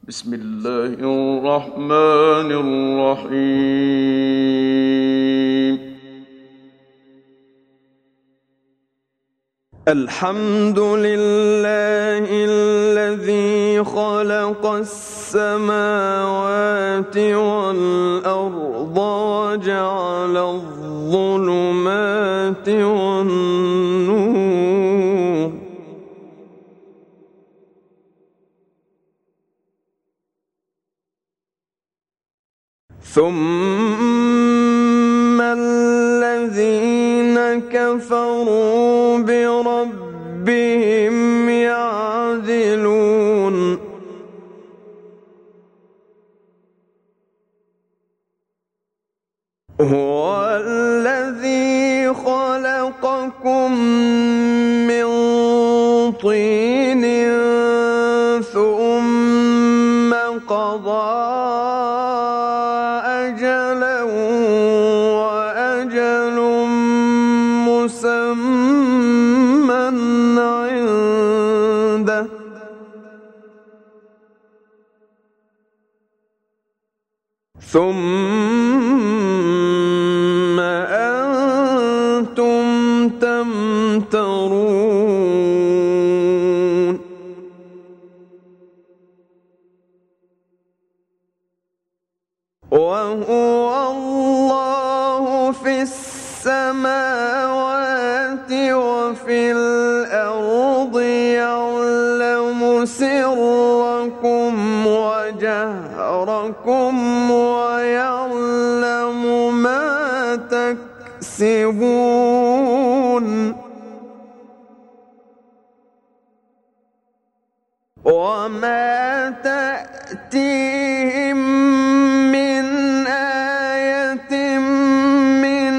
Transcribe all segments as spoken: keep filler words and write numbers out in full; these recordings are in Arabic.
بسم الله الرحمن الرحيم. الحمد لله الذي خلق السماوات والأرض وجعل الظلمات والنور ثم الذين كفروا بربهم يعدلون هو الذي خلقكم من طين ثم قضى أجلا وأجل مسمى عنده ثم أنتم تمترون وهو الله في السماوات وفي الأرض يعلم سركم وجهركم ويعلم ما تكسبون وما تأتيهم من آية من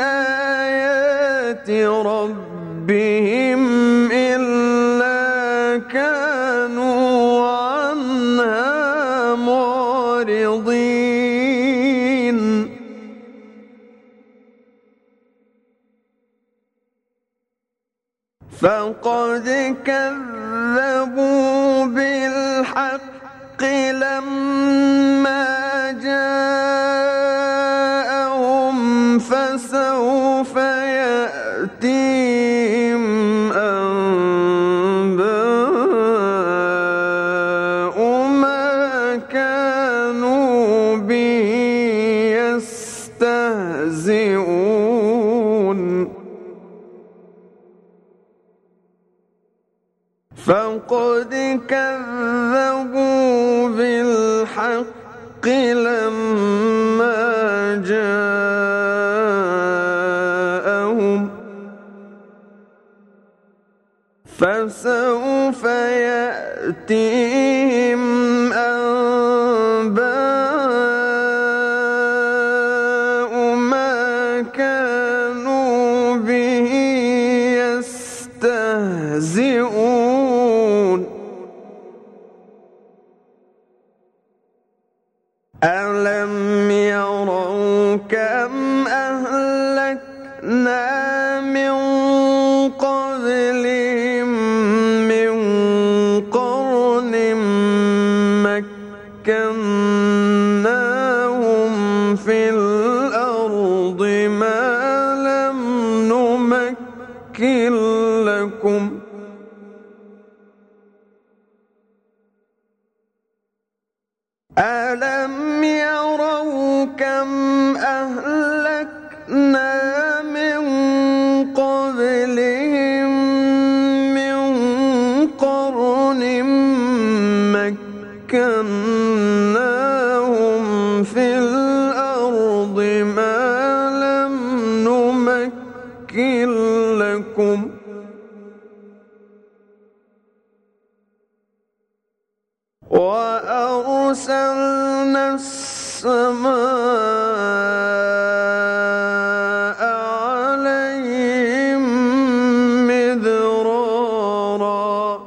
آيات ربهم إلا كانوا عنها معرضين فقد كذبوا بالحق لما جاءهم فسوف يأتيهم أنباء ما كانوا به يستهزئون فقد كذبوا بالحق لما جاءهم فسوف يأتيهم أنباء ما كانوا به يستهزئون ألم يروا كم أهلكنا من قبلهم من قرن مكناهم في الأرض ما لم نمكن لكم ألم يروا كم أهلكنا من قبلهم من قرن مكناهم في الأرض ما لم نمكن لكم وأرسلنا السماء عليهم مدرارا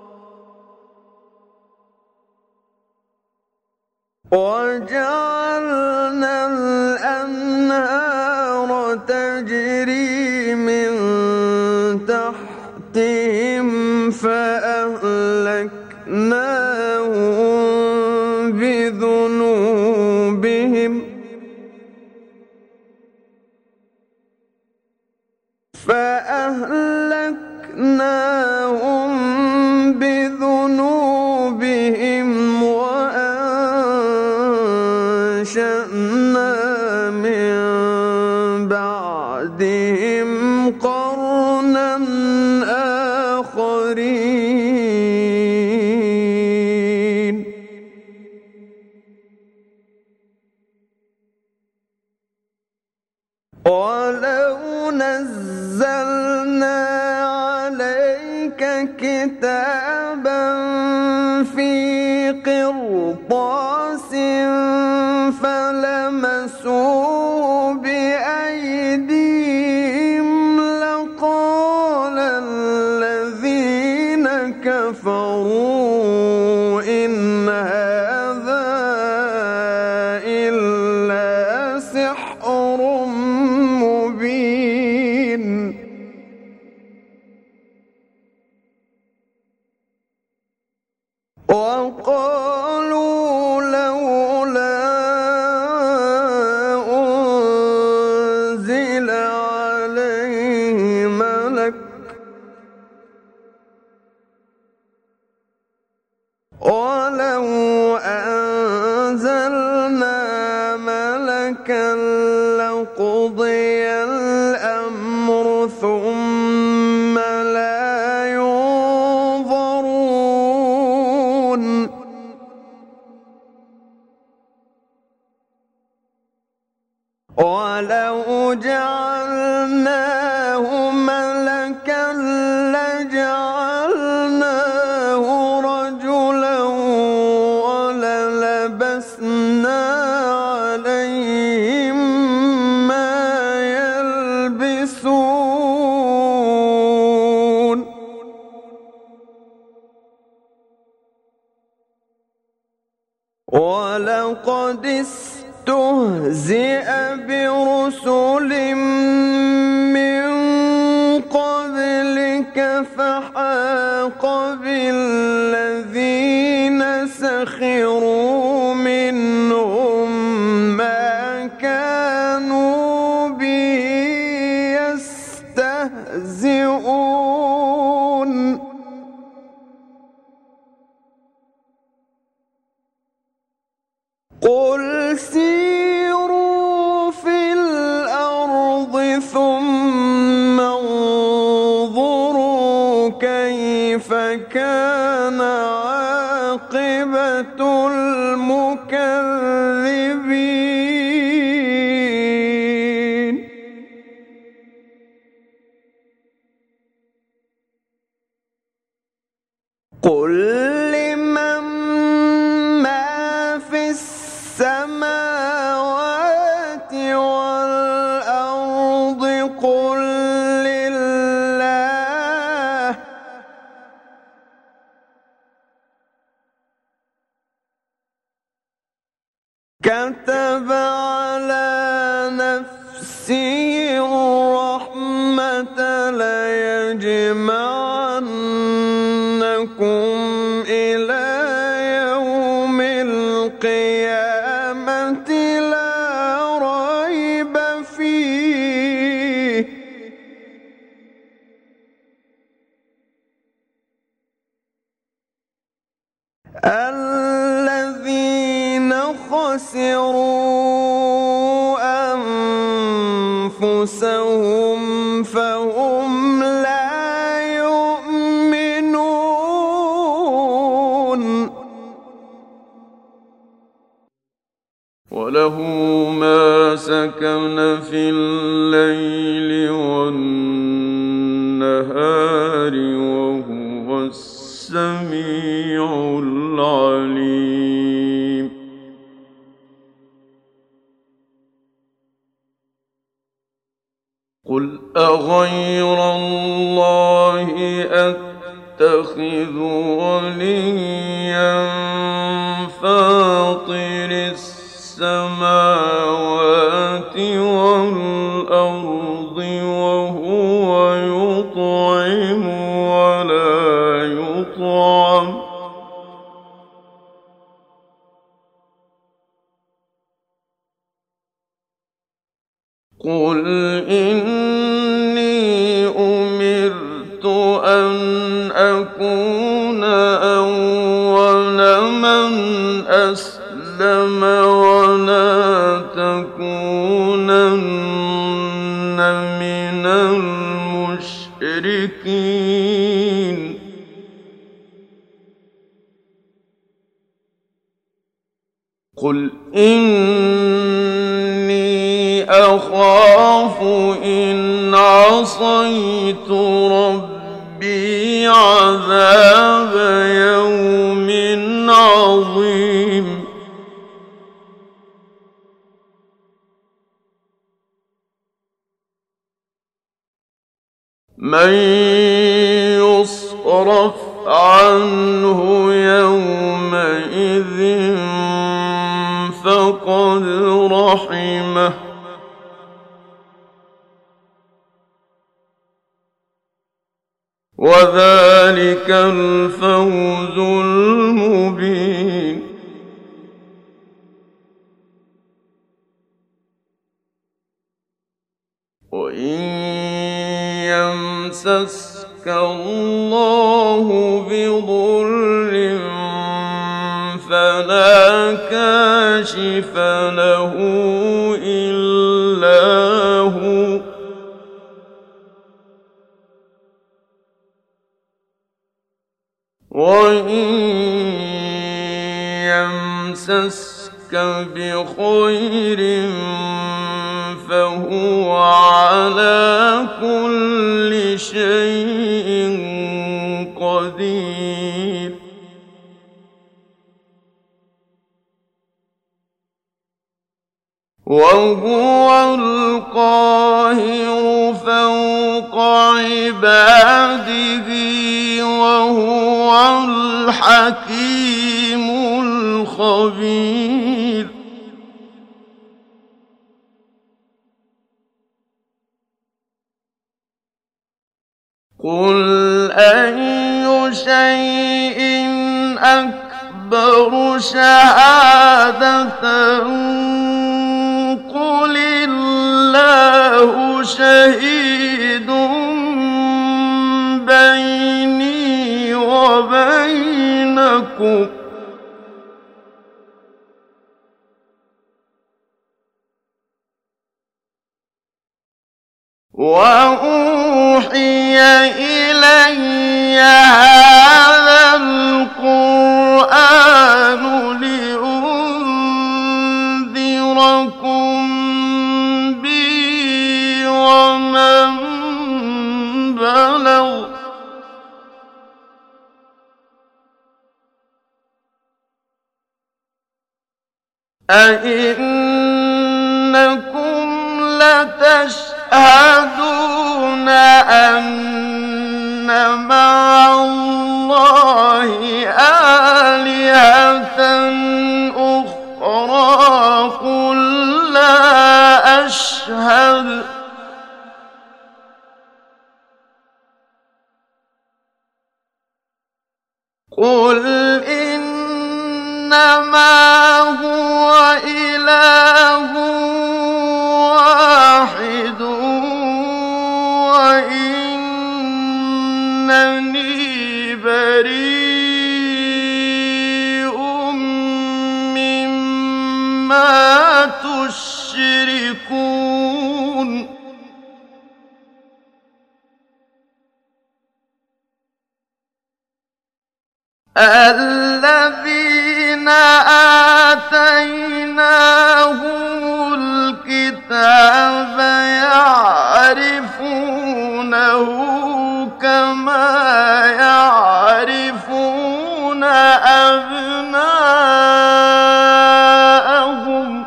وجعلنا الأنهار تجري من تحتهم فأهلكناهم بذنوبهم فأهلكناهم بذنوبهم وأنشأنا من بعدهم قرنا آخرين ولو نزلنا عليك كتابا في قرطاس فلمسوه بأيديهم لقال الذين كفروا إن هذا إلا سحر مبين وقالوا لولا أنزل عليه ملك ولو أنزلنا ملكا لقضي الأمر ثم لا ينظرون ولو جعلناه ملكا لجعلناه رجلا وللبسنا عليهم ما يلبسون ولقد استهزئ برسل من قبلك فحاق بالذين سخروا منهم ما كانوا به يستهزئون قل سيروا في الأرض ثم انظروا كيف كان عاقبة المكذبين قل لمن ما في السماوات والأرض قل لله كتب على نفسه الرحمة ليجمعنكم إلى يوم القيامة لا ريب فيه الذين خسروا أنفسهم فهم لا يؤمنون وله ما سكن في الليل والنهار وهو السميع العليم قل أغير الله أتخذ وليا فاطر السماوات والأرض وهو يطعم ولا يطعم قل إني أمرت أن أكون أول من أسلم ولا تكونن من المشركين قل إني أخاف إن عصيت ربي عذاب يوم عظيم من يصرف عنه يومئذ فقد رحمه وذلك الفوز المبين وإن يمسسك الله بضر فلا كاشف له إلا هو وإن يمسسك بخير فهو على كل شيء قدير وهو القاهر فوق عباده وهو الحكيم الخبير قل أي شيء أكبر شهادةً قل الله شهيد بيني وبينكم وأوحي إلي هذا القرآن لأنذركم به ومن بلغ أئنكم لتشهدون أن مع الله آلهة أخرى قل لا أشهد قل إنما هو إله واحد وإنني بريء مما تشركون الذين آتيناهم الكتاب يعرفونه كما يعرفون أبناءهم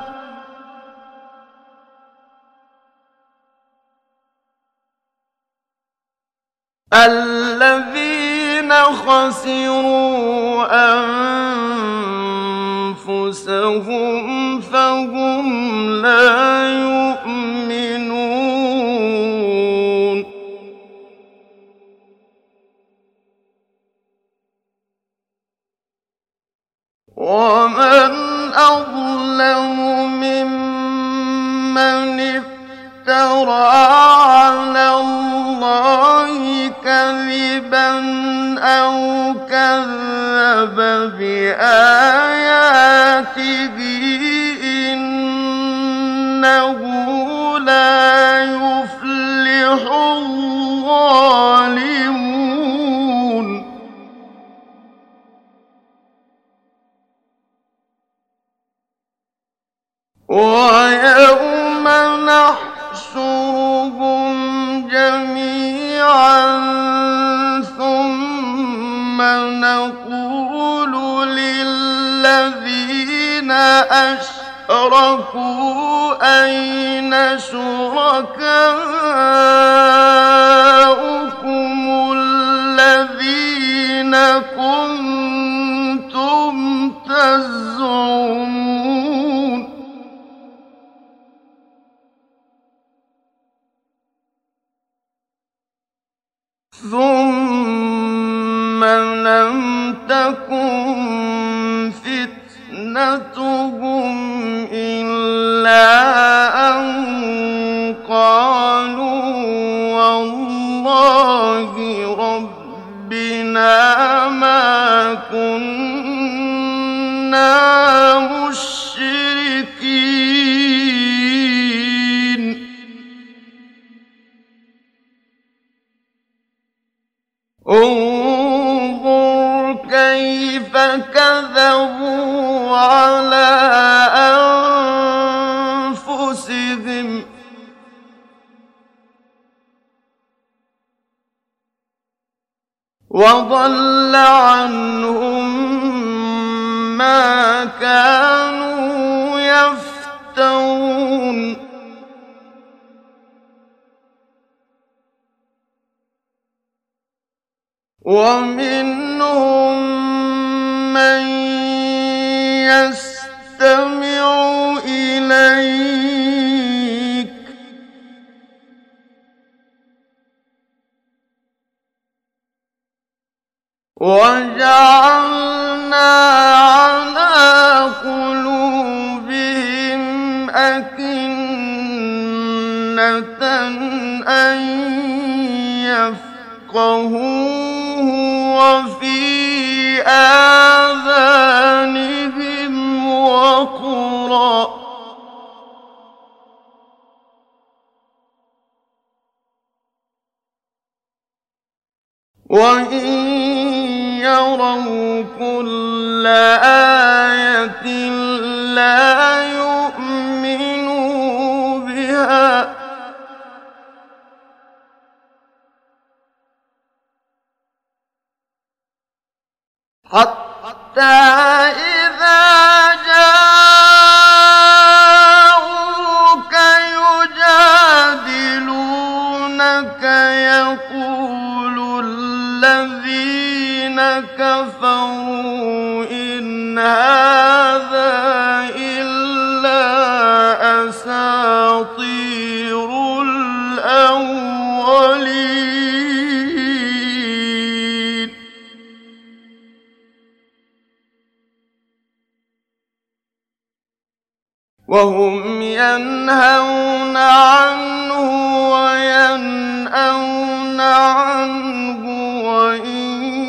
الذين خسروا أنفسهم فهم لا يؤمنون ومن أظلم ممن افترى ويوم نحشرهم جميعا ثم نقول للذين أشركوا أين شركاؤكم الذين كنتم تزعمون ثم لم تكن فتنتهم إلا أن قالوا والله ربنا ما كنا مشركين انظر كيف كذبوا على أنفسهم وضل عنهم ما كانوا يفترون ومنهم من يستمع إليك وجعلنا على قلوبهم أكنة أن يفقهوا وفي آذانهم وقرا وإن يروا كل آية لا يؤمنوا بها حتى إذا جاءوك يجادلونك يقول الذين كفروا إن هذا إلا أساطير الأولين وهم ينهون عنه وينأون عنه وإن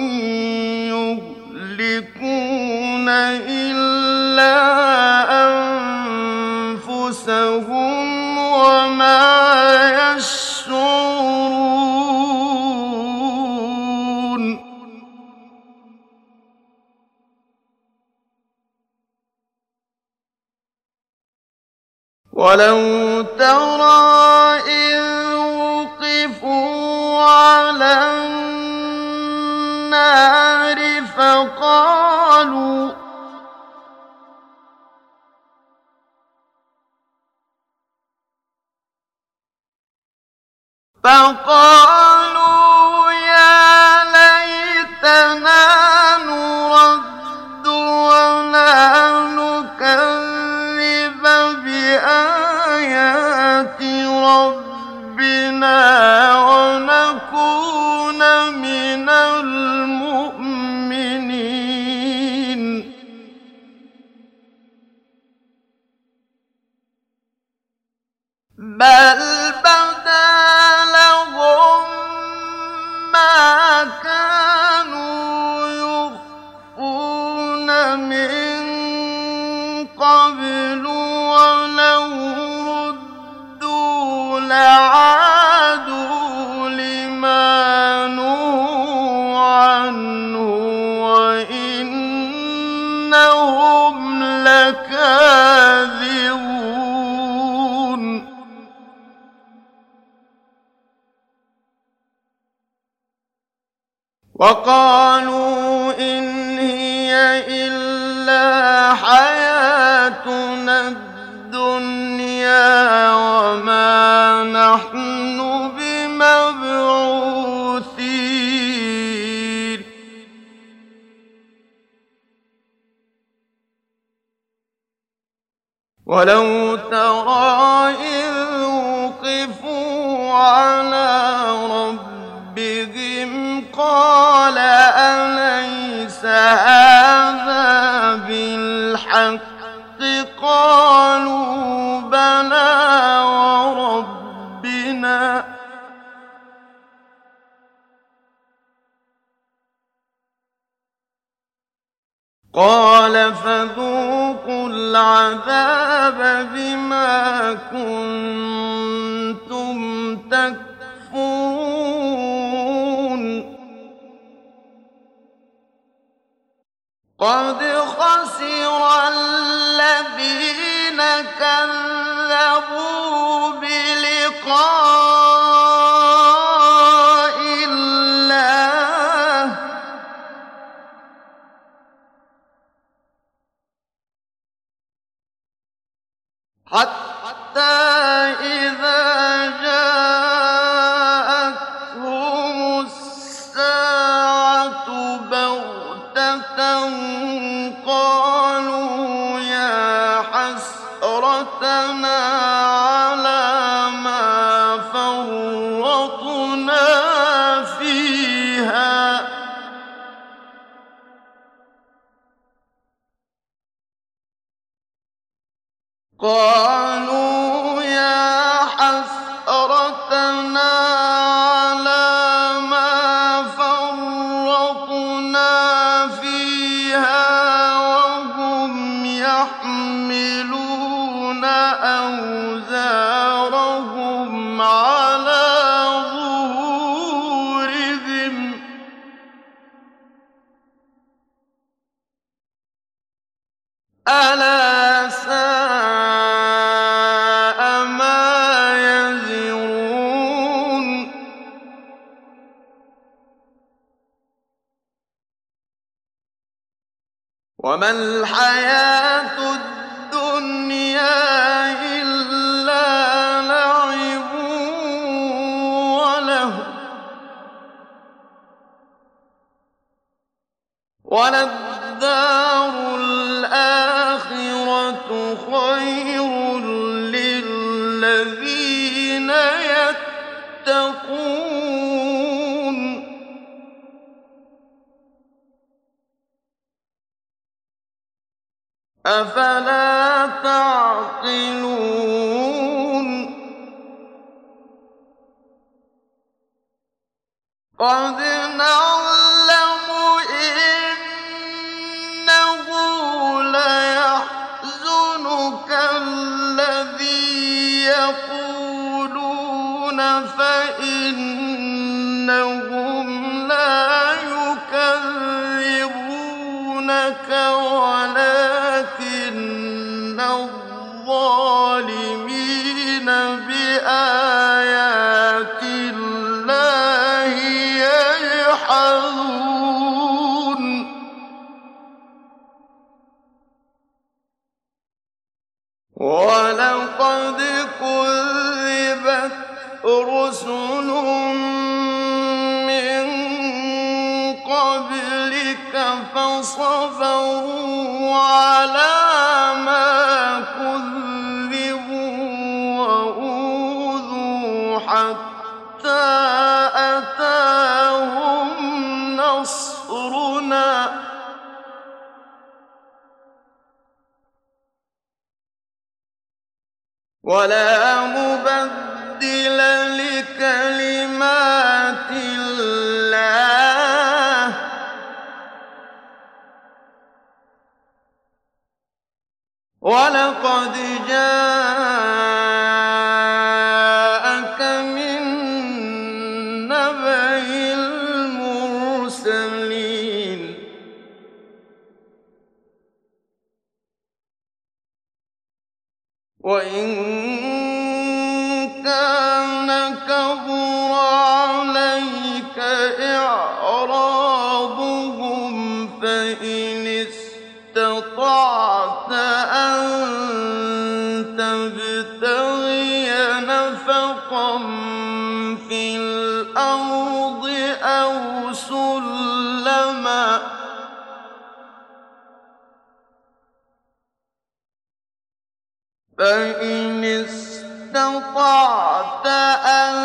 يهلكون إلا أنفسهم وما يشعرون ولو ترى إذ وقفوا على النار فقالوا فقالوا يا ليتنا نرد ولا نكذب بآيات ربنا ونكون من المؤمنين بل بدا لهم ما كانوا يخفون من قبل ولو ردوا لعادوا لما نهوا عنه وإنهم لكاذبون وقالوا إن هي إلا حياتنا الدنيا وما نحن بمبعوثين ولو ترى إذ وقفوا على ربهم قال أليس هذا بالحق قالوا بلى وربنا قال فذوقوا العذاب بما كنتم تكفرون قد خسر الذين كذبوا بلقاء الله حتى إذا جاءتهم الساعة بغتة قالوا يا حسرتنا على ما فرطنا فيها قالوا يا حسرتنا على ما فرطنا فيها وهم يحملون أوزارهم على ظهورهم ألا ساء ما يزرون وما الحياة الدنيا إلا لعب وله وللدار الآخرة خير للذين يتقون أفلا تعقلون قد نعلم إنه ليحزنك الذي يقولون فإنهم لا يكذبونك ولكن الظالمين بآيات الله يجحدون ولقد كذبت رسل من قبلك فصبروا على ما كذبوا وأوذوا حتى أتاهم نصرنا ولا مبدل لكلمات الله ولقد جاءك من نبأ المرسلين وإن كان كبر عليك إعراض فإن استطعت أن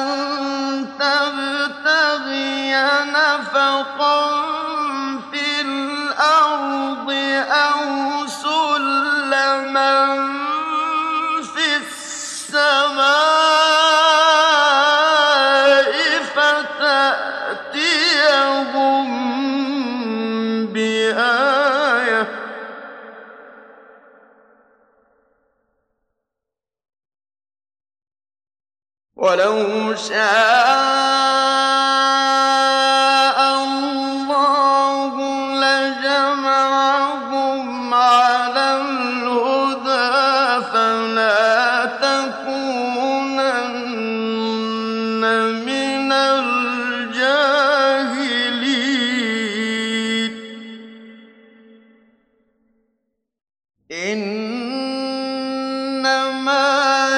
تبتغي نفقا في الأرض أو سلما في السماء فتأتيهم بآية ولو شاء الله لجمعهم على الهدى فلا تكونن من الجاهلين إنما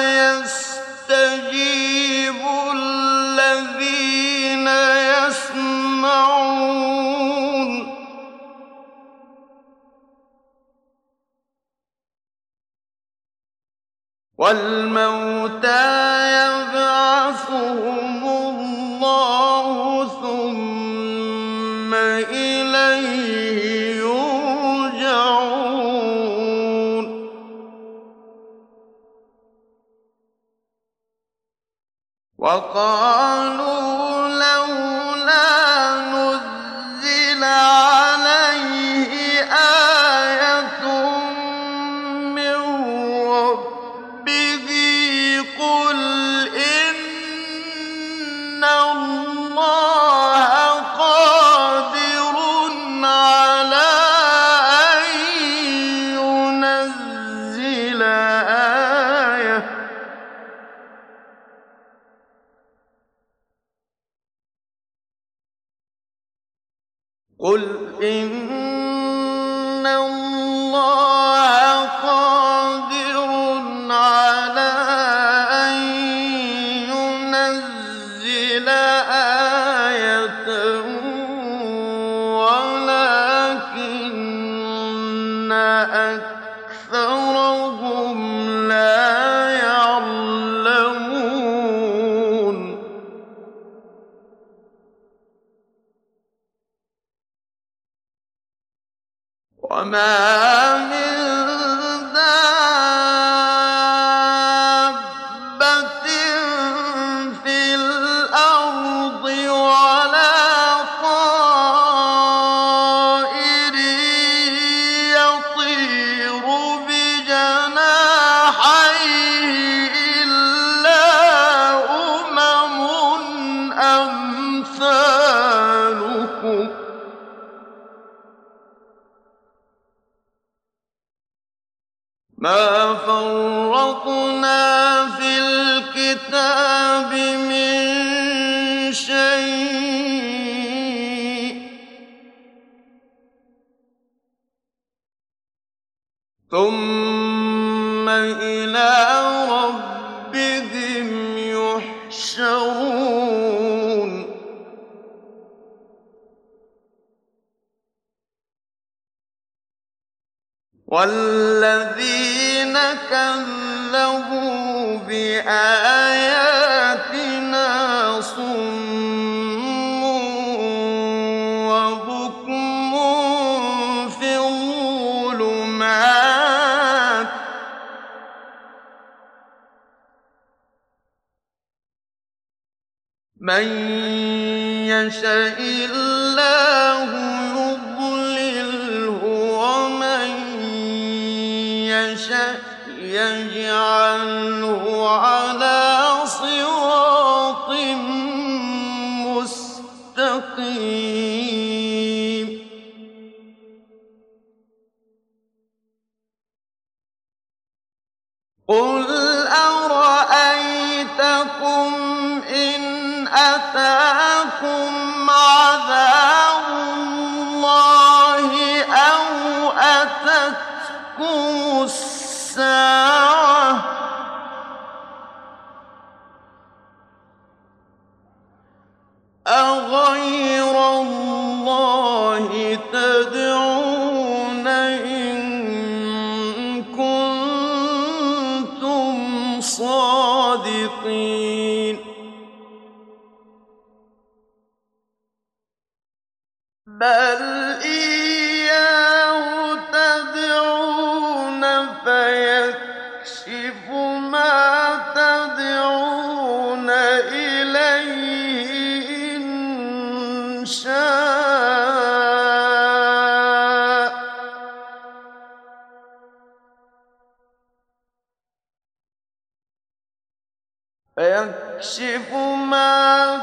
يستجيب الذين يسمعون والموتى يبعثهم الله ثم إليه يرجعون وقالوا لولا نزل عليه آية من ربه قل إن الله قادر على أن ينزل آية قل إن الله قادر على أن ينزل آية ولكن أكثرهم لا يعلمون وما من دابة في الأرض ولا طائر يطير بجناحيه إلا أمم أمثالكم ما فرطنا في الكتاب من شيء ثم إلى ربهم يحشرون والذين كذبوا بآياتنا صم وبكم في الظلمات من يشاء الله يضلله ومن يشاء يجعله على صراط مستقيم قل أرأيتكم إن أتاكم عذاب الله أو أتتكم الساعة أغير الله تدعون إن كنتم صادقين بل إياه تدعون فيكشف ما تدعون إليه إن شاء فيكشف ما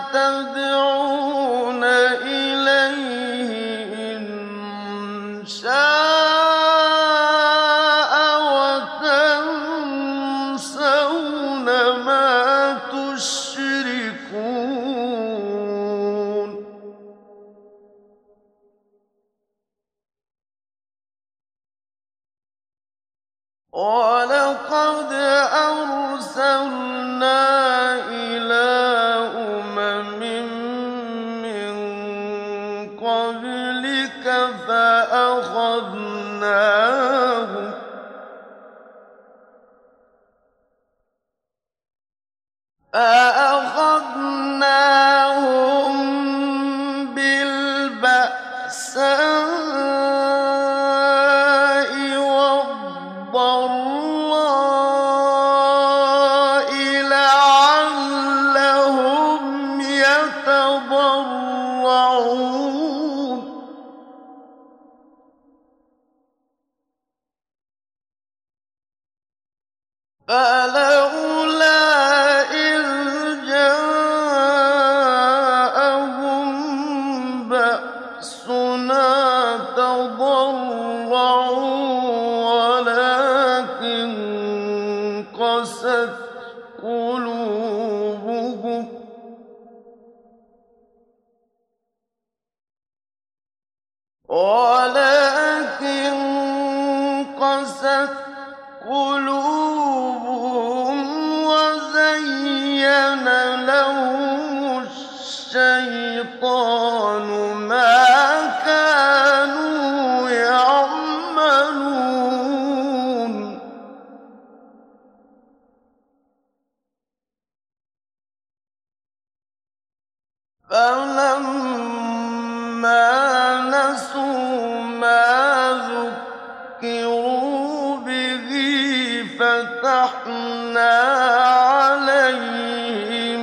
تدعون إليه إن شاء وتنسون ما تشركون ولقد أرسلنا إلى أمم من قبلك فأخذناهم فأخذناهم بالبأساء والضراء لعلهم يتضرعون فلولا إذ جاءهم بأسنا تضرعوا ولكن قست قلوبهم ولكن قست قلوبهم وزين لهم الشيطان ما كانوا يعملون فلما نسوا ما ذكروا به فتحنا عليهم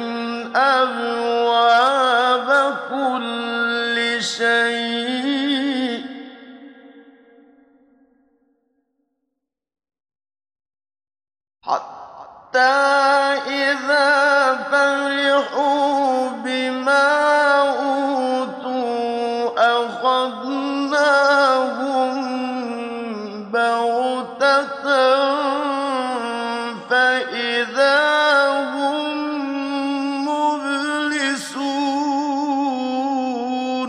أبواب كل شيء حتى إذا فرحوا بما أوتوا أخذناهم بغتة فإذا هم مبلسون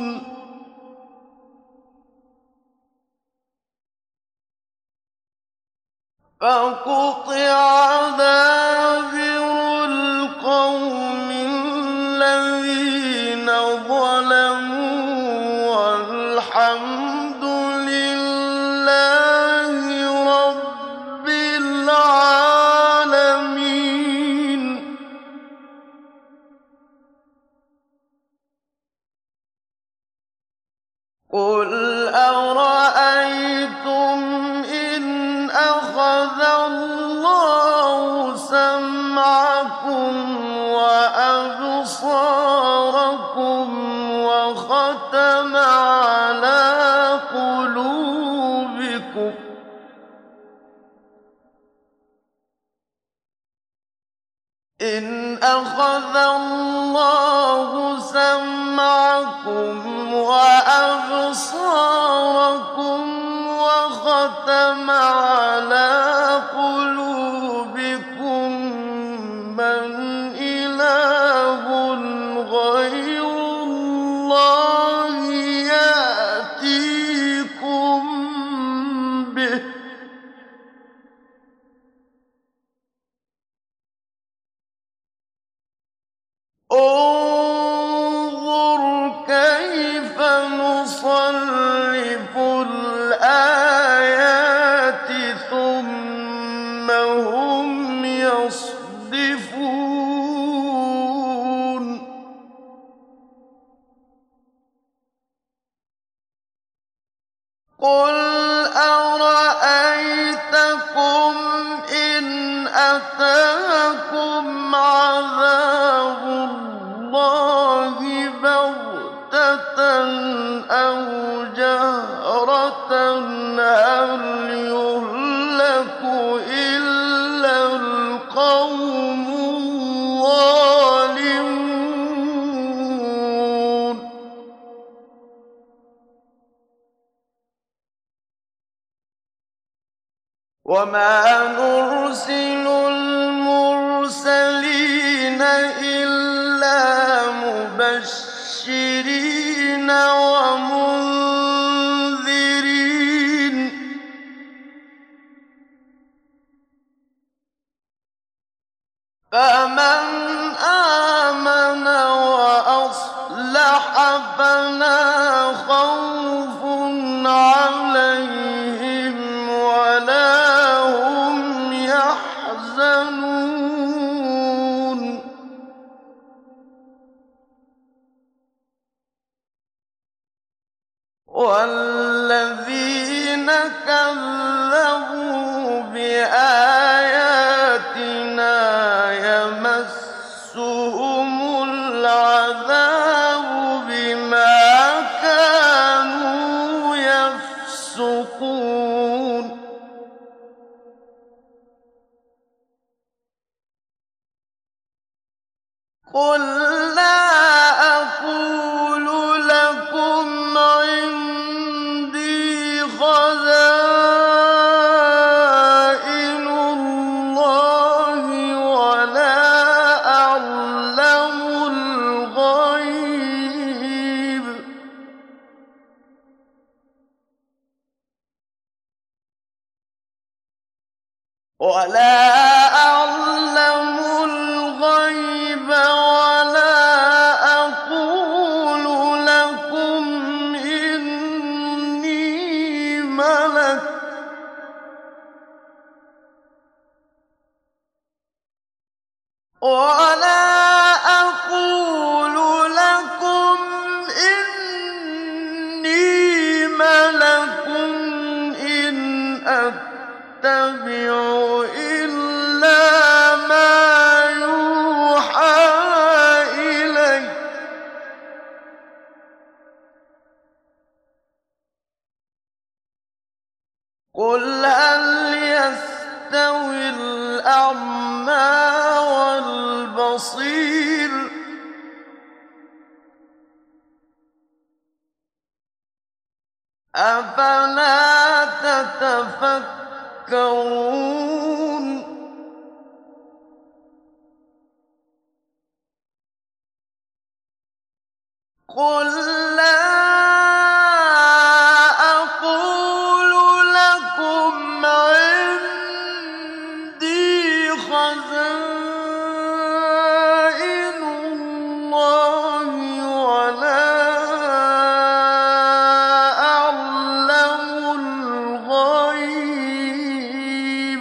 فقطع دابر القوم الذين ظلموا والحمد لله رب العالمين قل أرأيتم إن أخذ الله سمعكم وأبصاركم وختم على قلوبكم إن أخذ الله سمعكم وأبصاركم وختم على قلوبكم من إله غير الله يأتيكم به انظر كيف نصرف الآيات ثم هم يصدقون يُسْرِفُونَ قُلْ أَرَأَيْتَكُمْ إِنْ أَتَاكُمْ عَذَابُ اللَّهِ بَغْتَةً أَوْ جَهْرَةً هَلْ يُهْلَكُ إِلَّا الْقَوْمُ الظَّالِمُونَ وَمَا نُرْسِلُ الْمُرْسَلِينَ إِلَّا مُبَشِّرِينَ وَمُنذِرِينَ ۖ فَمَنْ آمَنَ وَأَصْلَحَ فَلَا خَوْفٌ عَلَيْهِمْ وَلَا هُمْ يَحْزَنُونَ وَالَّذِينَ كَذَّبُوا بِآيَاتِنَا يَمَسُّهُمُ الْعَذَابُ بِمَا كَانُوا يَفْسُقُونَ قُل لَّا أَقُولُ لَكُمْ عِندِي خَزَائِنُ اللَّهِ وَلَا أَعْلَمُ الْغَيْبَ وَلَا أَعْلَمُ الْغَيْبَ وَلَا أَقُولُ لَكُمْ إِنِّي مَلَكٌ وَلَا أَقُولُ لَكُمْ إِنِّي مَلَكٌ إِنْ أَتَّبِعُ إِلَّا مَا يُوحَىٰ إِلَيَّ ۚ قُلْ هَلْ يَسْتَوِي الْأَعْمَىٰ وَالْبَصِيرُ أَفَلَا تَتَفَكَّرُونَ قُل لَّا أَقُولُ لَكُمْ عِندِي خَزَائِنُ اللَّهِ وَلَا أَعْلَمُ الْغَيْبَ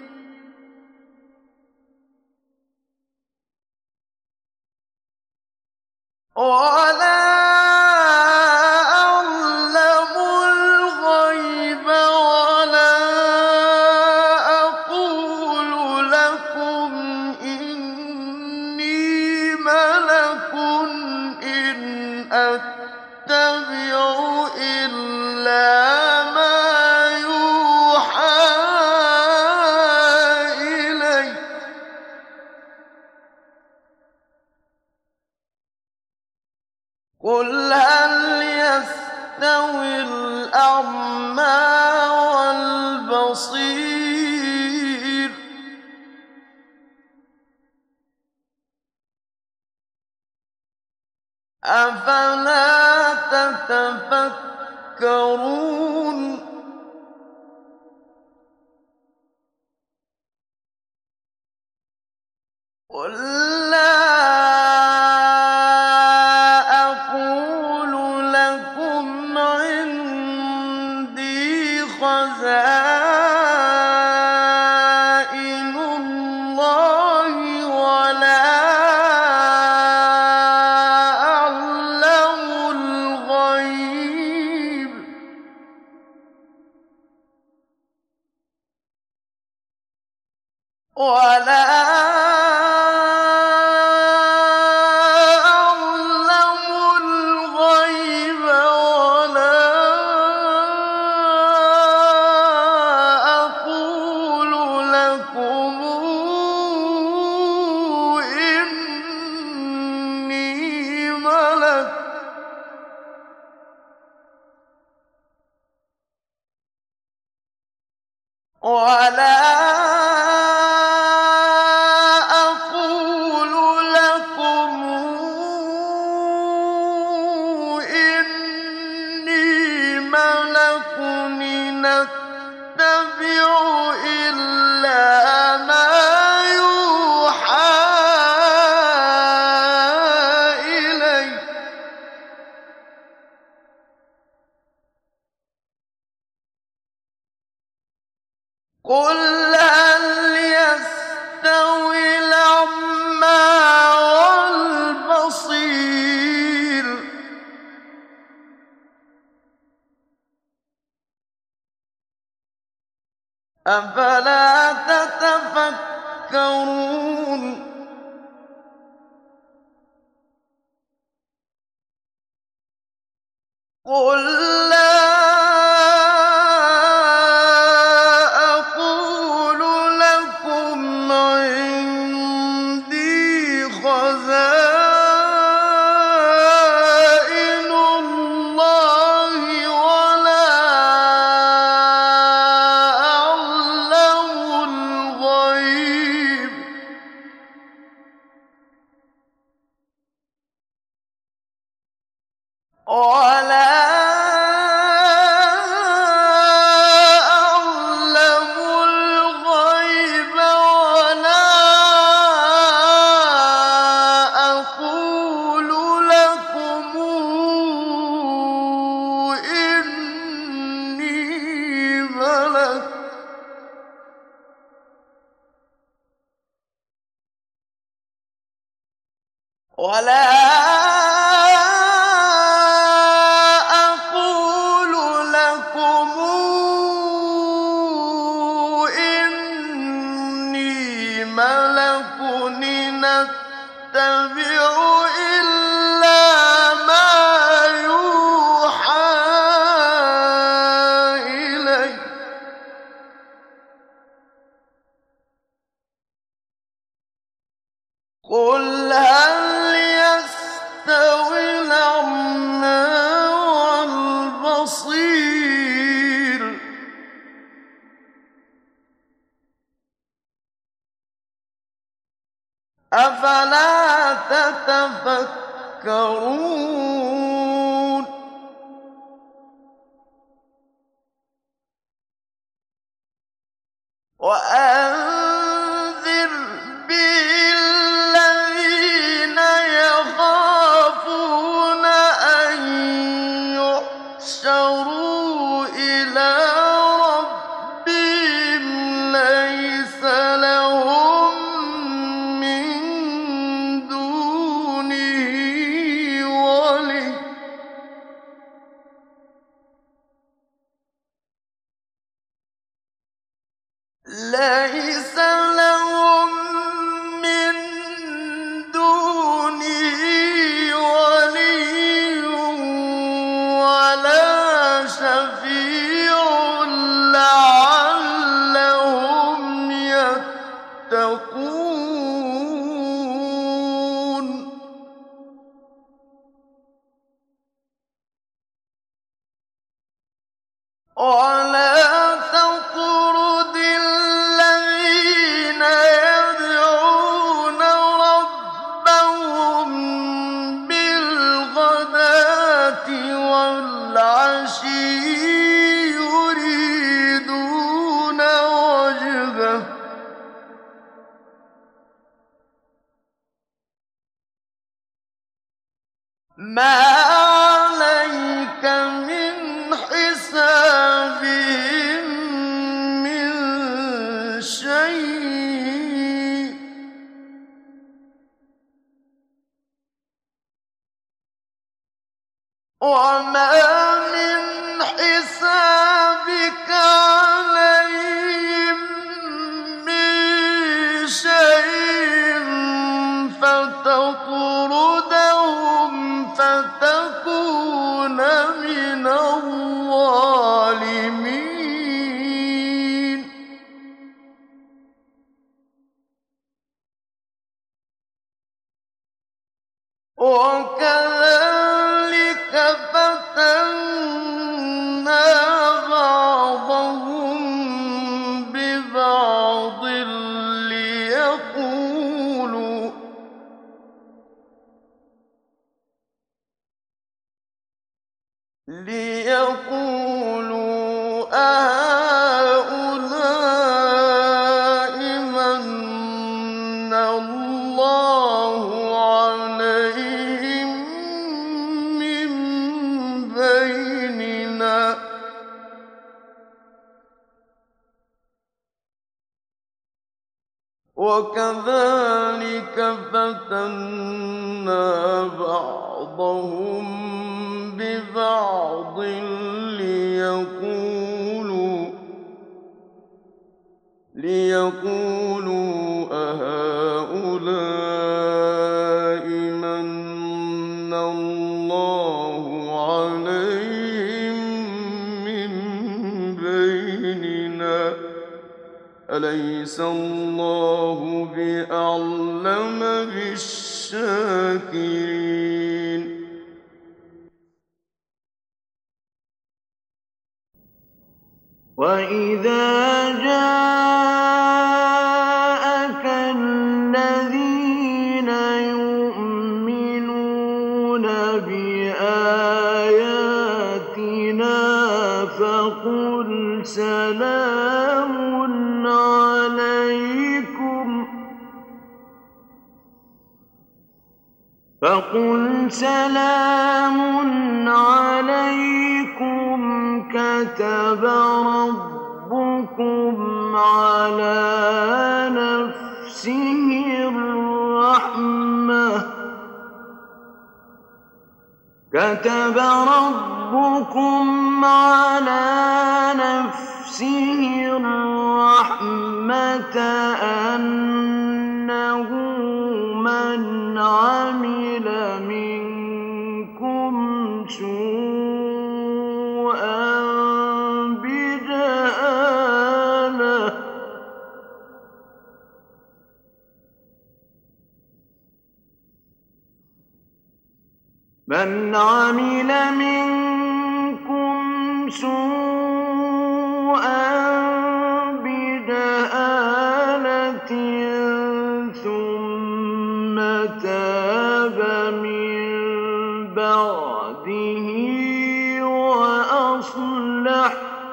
وَلَا أَعْلَمُ الْغَيْبَ وَلَا أَقُولُ لَكُمْ إِنِّي مَلَكٌ إِنْ أَتَّبِعُ إِلَّا مَا يُوحَىٰ إِلَيَّ ۚ قُلْ هَلْ يَسْتَوِي الْأَعْمَىٰ وَالْبَصِيرُ أَفَلَا تَتَفَكَّرُونَ قُل لَّا أَقُولُ لَكُمْ عِندِي خَزَائِنُ اللَّهِ ولا أعلم الغيب ولا أقول لكم إني ملك ولا أقول لكم إني ملك أتبع إلا ما يوحى إلي قل هل يستوي الأعمى والبصير أفلا تتفكرون قل لا أقول لكم عندي خزائن الله ولا أعلم الغيب ولا أعلم الغيب ولا أقول لكم إني ملك ولا أقول لكم إني ملك أتبع إلا ما يوحى إلي قل هل يستوي الأعمى والبصير أفلا تتفكرون وأنذر به الذين يخافون أن يحشروا إلى ربهم ليس لهم من دونه ولي ليس لهم من دونه ولي ولا شفيع لعلهم يتقون ولا تطرد الذين يدعون ربهم بالغداة والعشي يريدون وجهه ما عليك من حسابهم من شيء وما من حسابك عليهم من تطردهم فتكون من الظالمين وكذلك فتنا بعضهم ببعض ليقولوا ليقولوا أهؤلاء من الله عليهم من بيننا وكذلك فتنا بعضهم ببعض ليقولوا ليقولوا أهؤلاء من الله عليهم من بيننا أليس الله بأعلم بالشاكرين وَإِذَا جَاءَكَ الَّذِينَ يُؤْمِنُونَ بِآيَاتِنَا فَقُلْ سَلَامٌ عَلَيْكُمْ فَقُلْ سَلَامٌ عَلَيْكُمْ كَتَبَ رَبُّكُمْ عَلَىٰ نَفْسِهِ الرَّحْمَةَ كَتَبَ رَبُّكُمْ عَلَىٰ نَفْسِهِ الرَّحْمَةَ أَنَّهُ مَنْ عَمِلَ مِنكُمْ سُوءًا بِجَهَالَةٍ مَنْ عَمِلَ مِنكُمْ سُوءًا بِجَهَالَةٍ ثُمَّ تَابَ مِن بَعْدِهِ وَأَصْلَحَ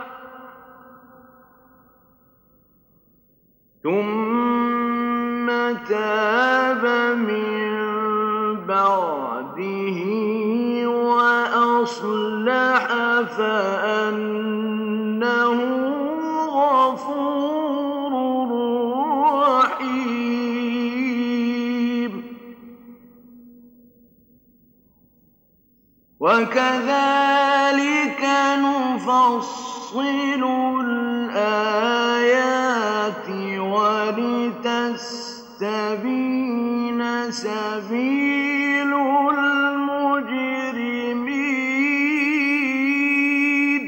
ثُمَّ تَابَ مِن بَعْدِهِ وَأَصْلَحَ فَأَنَّهُ غَفُورٌ رَّحِيمٌ وَكَذَلِكَ نُفَصِّلُ الْآيَاتِ وَلِتَسْتَبِينَ سَبِيلُ الْمُجْرِمِينَ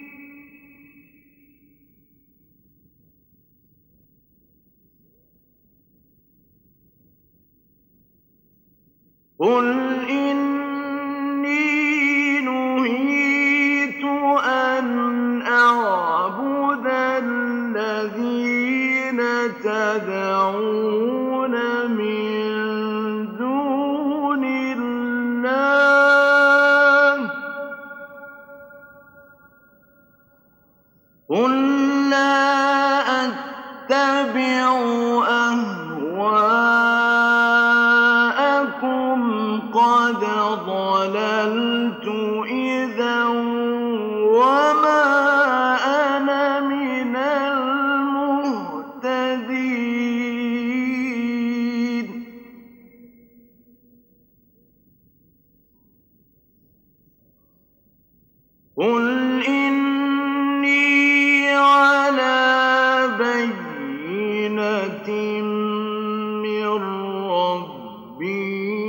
قُلْ إِنِّي نُهِيتُ أَنْ أَعْبُدَ الَّذِينَ تَدْعُونَ مِن دُونِ اللَّهِ قُل لَّا أَتَّبِعُ أَهْوَاءَكُمْ قَدْ ضَلَلْتُ إِذًا وَمَا أَنَا مِنَ الْمُهْتَدِينَ قُلْ إِنِّي عَلَىٰ بَيِّنَةٍ مِّن رَّبِّي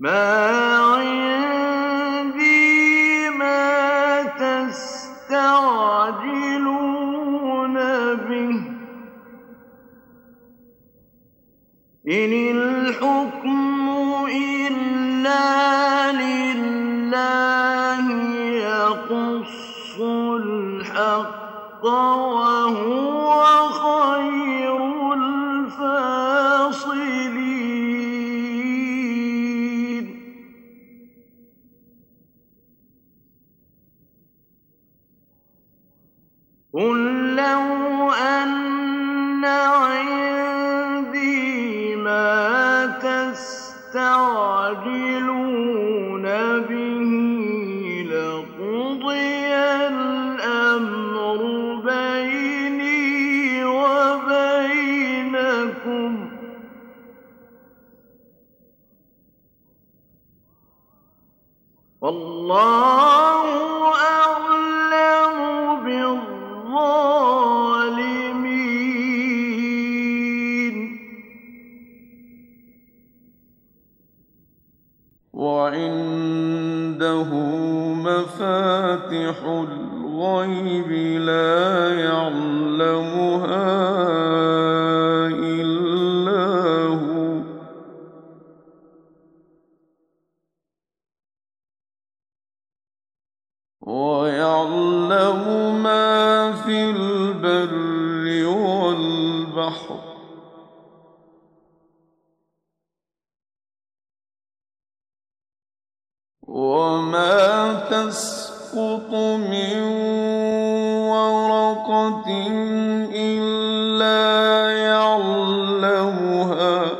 مَا عِندِي مَا تَسْتَعْجِلُونَ بِهِ ۚ إِنِ الْحُكْمُ إِلَّا لِلَّهِ يَقُصُّ الْحَقَّ ۖ وَهُوَ خَيْرُ الْفَاصِلِينَ. قُل لَّوْ أَنَّ عِندِي مَا تَسْتَعْجِلُونَ بِهِ لَقُضِيَ الْأَمْرُ بَيْنِي وَبَيْنَكُمْ ۗ وَاللَّهُ أَعْلَمُ بِالظَّالِمِينَ. وَعِندَهُ مَفَاتِحُ الْغَيْبِ لَا يَعْلَمُهَا إِلَّا هُوَ ۚ وَيَعْلَمُ مَا فِي الْبَرِّ وَالْبَحْرِ ۚ وَمَا تَسْقُطُ مِن وَرَقَةٍ إِلَّا يَعْلَمُهَا ۚ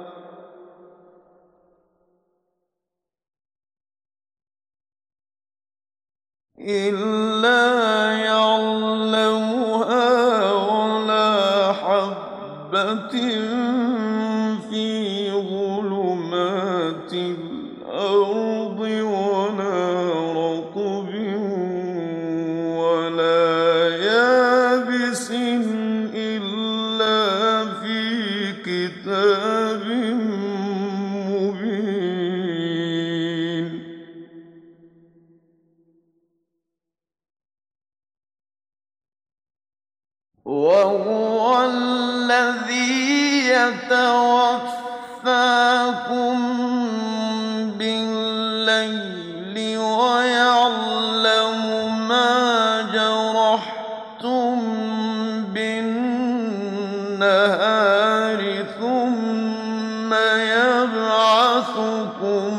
إِلَّا يَعْلَمُهَا وَلَا حَبَّةٍ فِي ظُلُمَاتِ الْأَرْضِ وَلَا رَطْبٍ وَلَا يَابِسٍ إِلَّا فِي كِتَابٍ مُّبِينٍ. وَهُوَ الَّذِي يَتَوَفَّاكُم بِاللَّيْلِ وَيَعْلَمُ مَا جَرَحْتُم بِالنَّهَارِ ثُمَّ يَبْعَثُكُمْ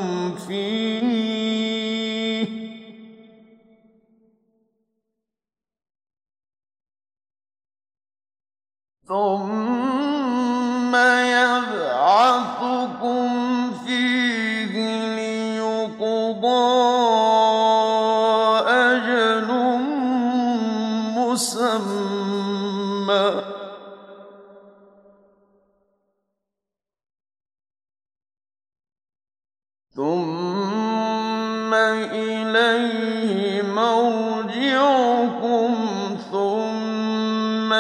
فِيهِ ۖ ثُمَّ يَبْعَثُكُمْ فِيهِ لِيُقْضَىٰ أَجَلٌ مُّسَمًّى ۖ ثُمَّ إِلَيْهِ مَرْجِعُكُمْ ثُمَّ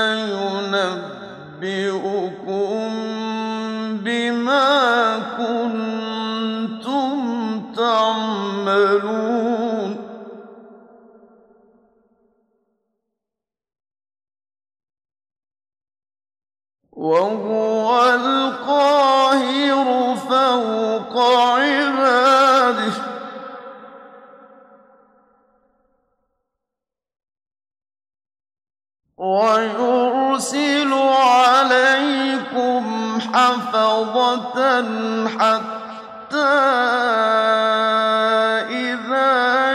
يُنَبِّئُكُم بِمَا كُنتُمْ تَعْمَلُونَ. وَهُوَ الْقَاهِرُ فَوْقَ عِبَادِهِ ۚ وَيُرْسِلُ عَلَيْكُمْ حَفَظَةً حَتَّىٰ إِذَا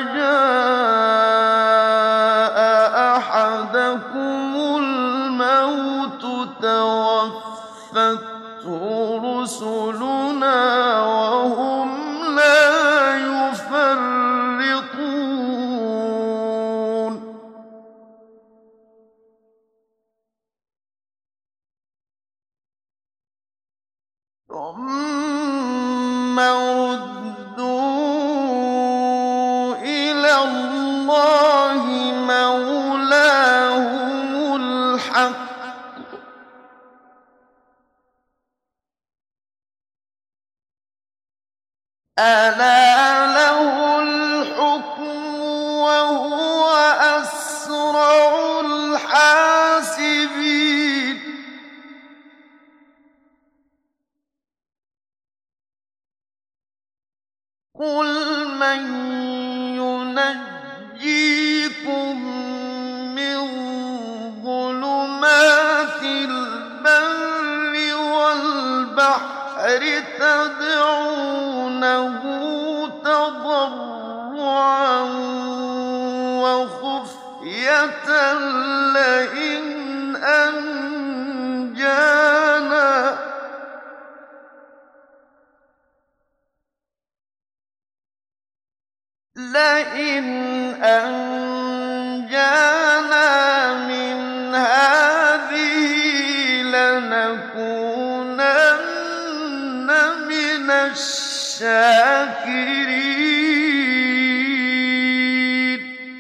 جَاءَ أَحَدَكُمُ الْمَوْتُ تَوَفَّتْهُ رُسُلُنَا وَهُمْ لَا يُفَرِّطُونَ. ثُمَّ رُدُّوا إِلَى اللَّهِ مَوْلَاهُمُ الْحَقِّ ۖ قُلْ مَن يُنَجِّيكُم مِّن ظُلُمَاتِ الْبَرِّ وَالْبَحْرِ تَدْعُونَهُ تَضَرُّعًا وَخُفْيَةً لَّئِنْ أَنجَانَا لئن أنجانا من هذه لنكونن من الشاكرين.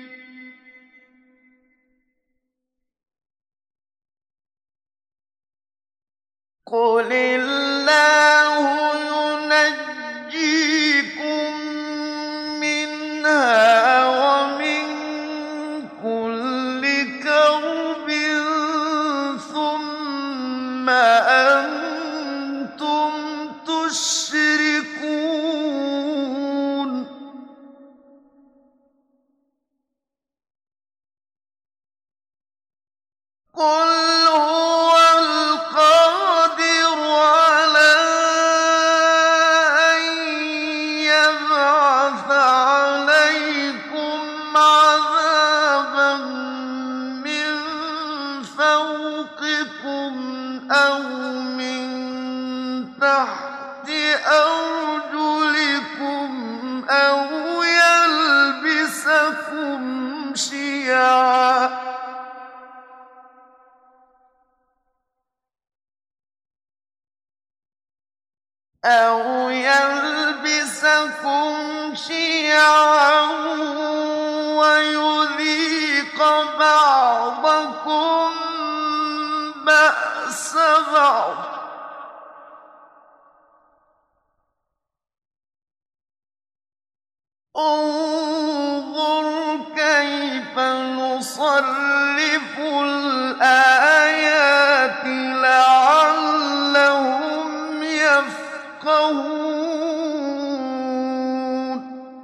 قُلِ اللَّهُ يُنَجِّيكُم مِّنْهَا وَمِن كُلِّ كَرْبٍ ثُمَّ أَنتُمْ تُشْرِكُونَ. قُلْ هُوَ الْقَادِرُ عَلَىٰ أَن يَبْعَثَ عَلَيْكُمْ عَذَابًا مِّن فَوْقِكُمْ أَوْ مِن تَحْتِ أَرْجُلِكُمْ أَوْ يَلْبِسَكُمْ شِيَعًا أَوْ يَلْبِسَكُمْ شِيَعًا وَيُذِيقَ بَعْضَكُم بَأْسَ بَعْضٍ ۗ انظُرْ كَيْفَ نُصَرِّفُ الْآيَاتِ لَعَلَّهُمْ يَفْقَهُونَ.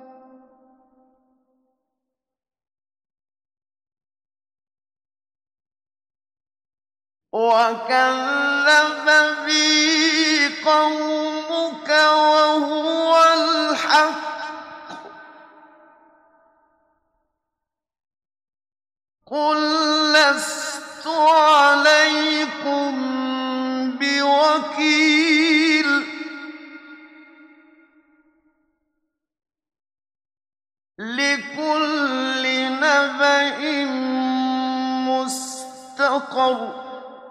وَكَذَّبَ بِهِ قَوْمُكَ وَهُوَ الْحَقُّ ۚ قُل لَّسْتُ عَلَيْكُم بِوَكِيلٍ. لِّكُلِّ نَبَإٍ مُّسْتَقَرٌّ ۚ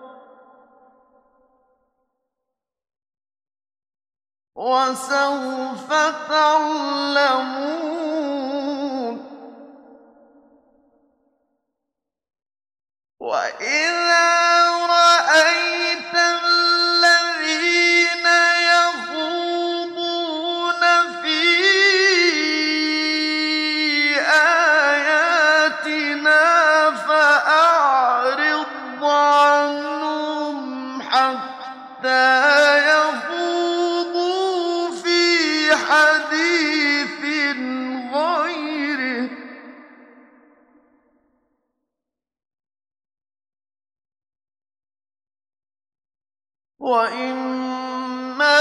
وَسَوْفَ تَعْلَمُونَ. وَإِذَا رَأَيْتَ الَّذِينَ يَخُوضُونَ فِي آيَاتِنَا فَأَعْرِضْ عَنْهُمْ حَتَّىٰ يَخُوضُوا فِي حَدِيثٍ غَيْرِهِ ۚ وَإِمَّا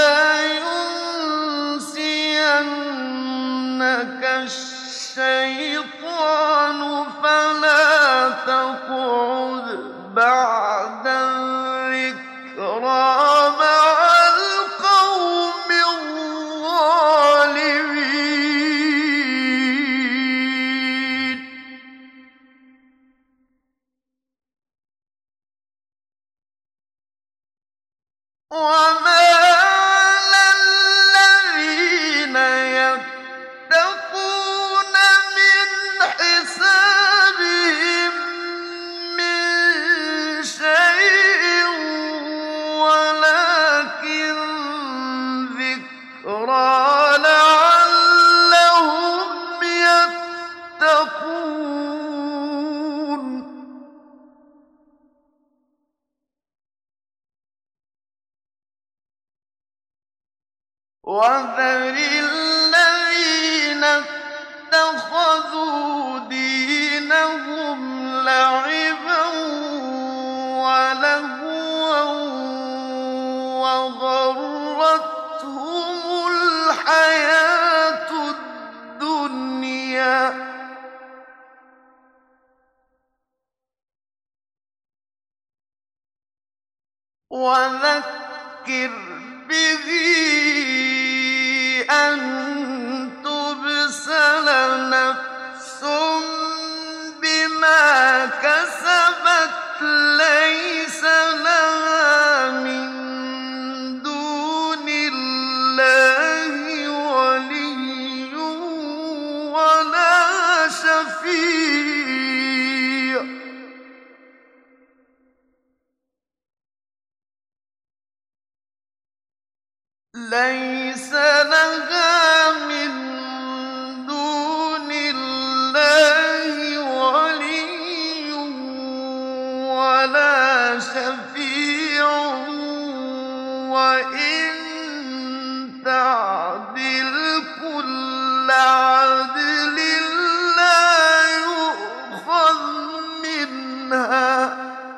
يُنسِيَنَّكَ الشَّيْطَانُ فَلَا تَقْعُدْ بَعْدَ الذِّكْرَىٰ مَعَ الْقَوْمِ الظَّالِمِينَ. وَمَا عَلَى الَّذِينَ يَتَّقُونَ مِنْ حِسَابِهِم مِّن شَيْءٍ وَلَٰكِن ذِكْرَىٰ لَعَلَّهُمْ يَتَّقُونَ. وَذَرِ الَّذِينَ لَعِبًا وَلَهْوًا وَغَرَّتْهُمُ الْحَيَاةُ الدُّنْيَا ۚ وَذَكِّرْ بِهِ أَن تُبْسَلَ نَفْسٌ بِمَا كَسَبَتْ لَيْسَ لَهَا مِن دُونِ اللَّهِ وَلِيٌّ وَلَا شَفِيعٌ لَيْسَ لَهَا مِن دُونِ اللَّهِ وَلِيٌّ وَلَا شَفِيعٌ وَإِن تَعْدِلْ كُلَّ عَدْلٍ لَّا يُؤْخَذْ مِنْهَا ۗ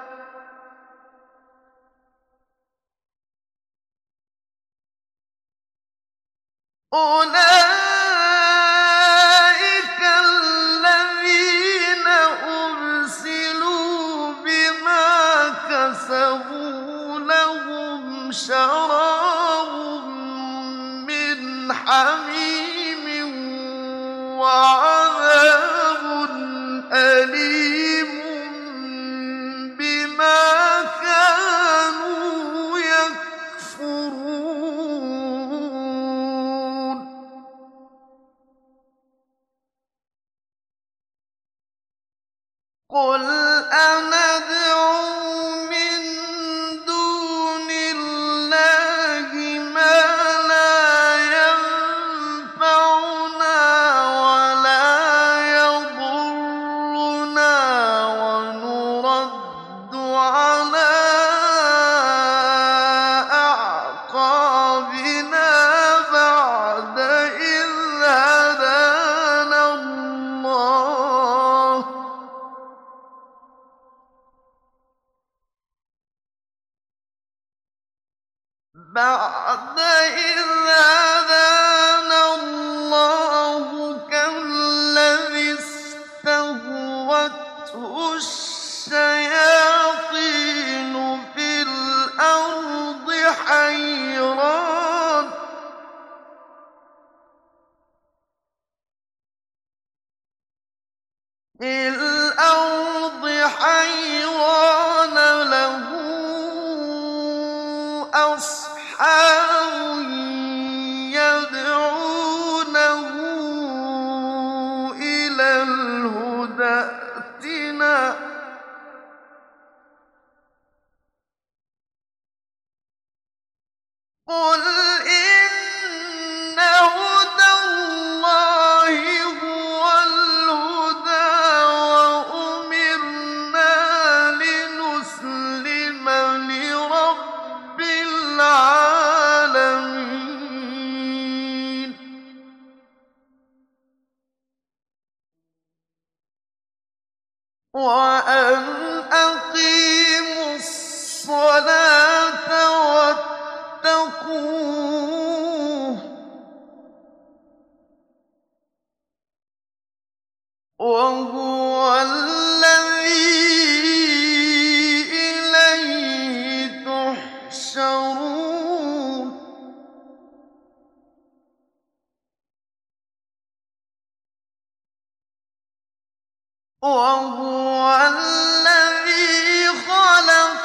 أُولَٰئِكَ الَّذِينَ أُبْسِلُوا بِمَا كَسَبُوا لَهُمْ شَرَابٌ مِّنْ حَمِيمٍ وَعَذَابٌ أَلِيمٌ بِمَا كَانُوا يَكْفُرُونَ قُلْ أَنَدْعُو مِن دُونِ اللَّهِ مَا لَا يَنفَعُنَا وَلَا يَضُرُّنَا وَنُرَدُّ عَلَىٰ أَعْقَابِنَا بَعْدَ إِذْ هَدَانَا اللَّهُ ۖ بَعْدَ إِذْ هَدَانَا اللَّهُ كَالَّذِي اسْتَهْوَتْهُ الشَّيَاطِينُ فِي الْأَرْضِ حَيْرَانٍ فِي الْأَرْضِ حَيْرَانَ لَهُ أَصْحَابٌ يَدْعُونَهُ إِلَى الْهُدى ائْتِنَا ۗ قُلْ إِنَّ هُدَى اللَّهِ هُوَ الْهُدَىٰ وَأُمِرْنَا لِنُسْلِمَ لِرَبِّ الْعَالَمِينَ وَأَنْ أَقِيمُوا الصَّلَاةَ وَاتَّقُوهُ ۚ وَهُوَ الَّذِي إِلَيْهِ تُحْشَرُونَ وَهُوَ الَّذِي خَلَقَ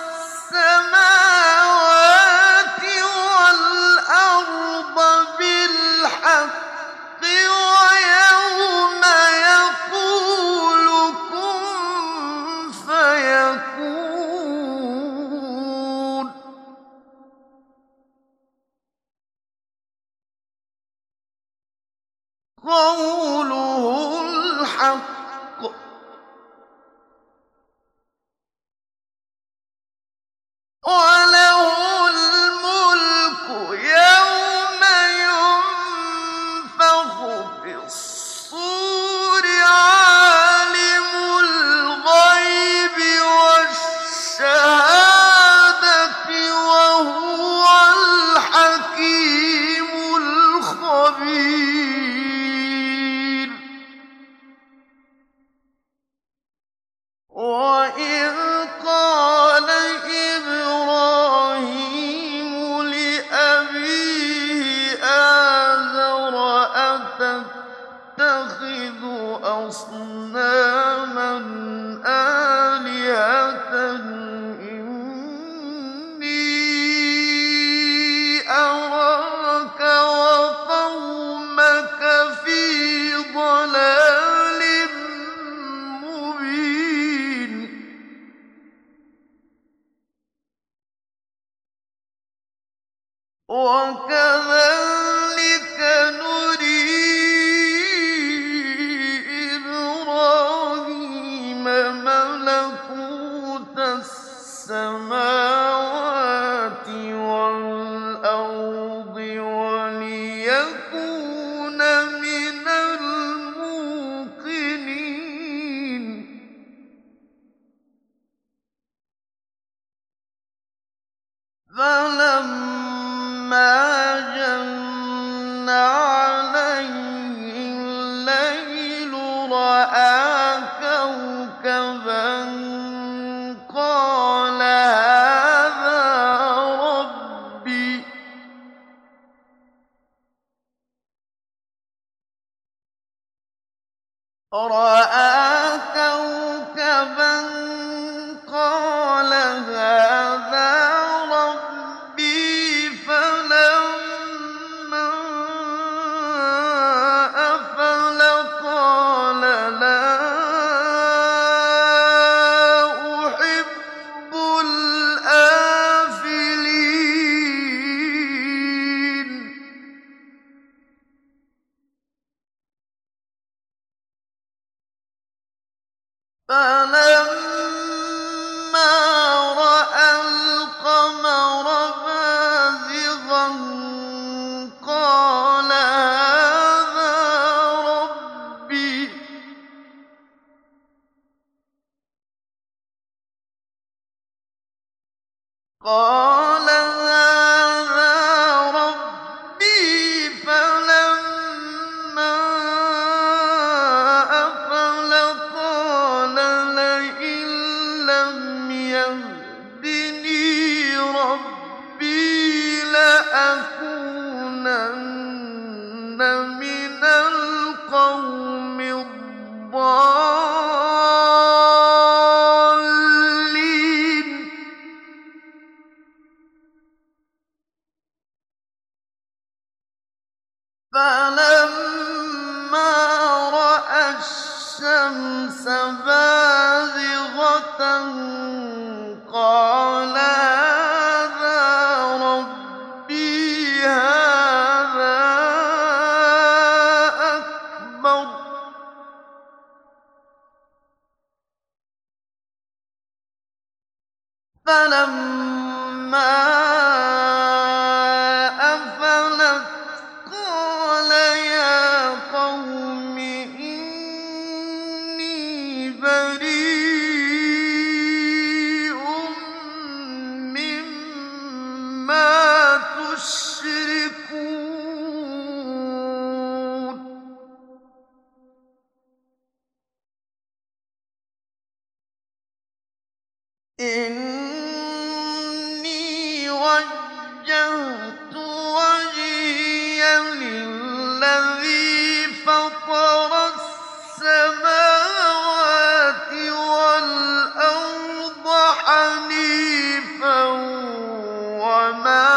السَّمَاوَاتِ وَالْأَرْضَ بِالْحَقِّ وَيَوْمَ يَقُولُ كُن فَيَكُونُ قَوْلُهُ الْحَقُّ ۚ وَلَهُ الْمُلْكُ يَوْمَ يُنفَخُ فِي الصُّورِ ۚ عَالِمُ الْغَيْبِ تَتَّخِذُ أَصْنَامًا آلِهَةً إِنِّي أَرَاكَ وَقَوْمَكَ فِي ضَلَالٍ مُّبِينٍ وَكَذَٰلِكَ نُرِي إِبْرَاهِيمَ مَلَكُوتَ السَّمَاوَاتِ وَالْأَرْضِ وَلِيَكُونَ مِنَ الْمُوقِنِينَ فَلَمَّا جَنَّ عَلَيْهِ اللَّيْلُ رَأَىٰ كَوْكَبًا قَالَ هَٰذَا رَبِّي ۖ رَأَىٰ كَوْكَبًا قَالَ هَٰذَا رَبِّي فَلَمَّا أَفَلَ قَالَ لَا أُحِبُّ الْآفِلِينَ فَلَمَّا رَأَى الْقَمَرَ بَازِغًا قَالَ هَٰذَا رَبِّي ۖ قَالَ هَٰذَا رَبِّي فَلَمَّا أَفَلَ قَالَ لَئِن لَّمْ يَهْدِنِي رَبِّي لَأَكُونَنَّ مِنَ الْقَوْمِ الضَّالِّينَ فَلَمَّا رَأَى الشَّمْسَ بَازِغَةً قَالَ هَٰذَا رَبِّي هَٰذَا أَكْبَرُ ۖ فَلَمَّا أَفَلَتْ قَالَ يَا قَوْمِ إِنِّي بَرِيءٌ مِّمَّا تُشْرِكُونَ إِنِّي وَجَّهْتُ وَجْهِيَ لِلَّذِي فَطَرَ السَّمَاوَاتِ وَالْأَرْضَ حَنِيفًا وَمَا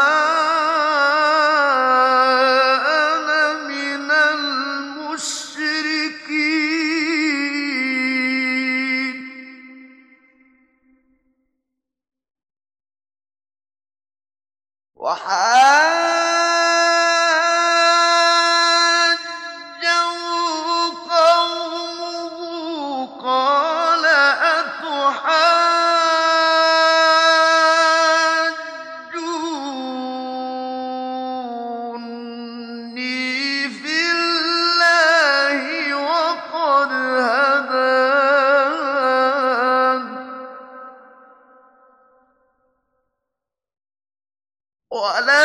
أَنَا مِنَ الْمُشْرِكِينَ وَحَاجَّهُ قَوْمُهُ قَالَ أَتُحَاجُّونِّي فِي اللَّهِ وَقَدْ هَدَانِ وَلَا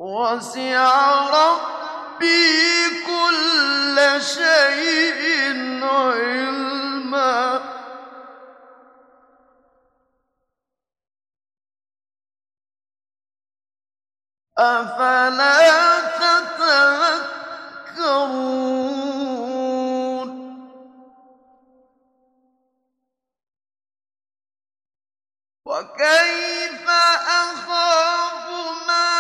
وسع ربي كل شيء علما أفلا تتذكرون وكيف أخاف ما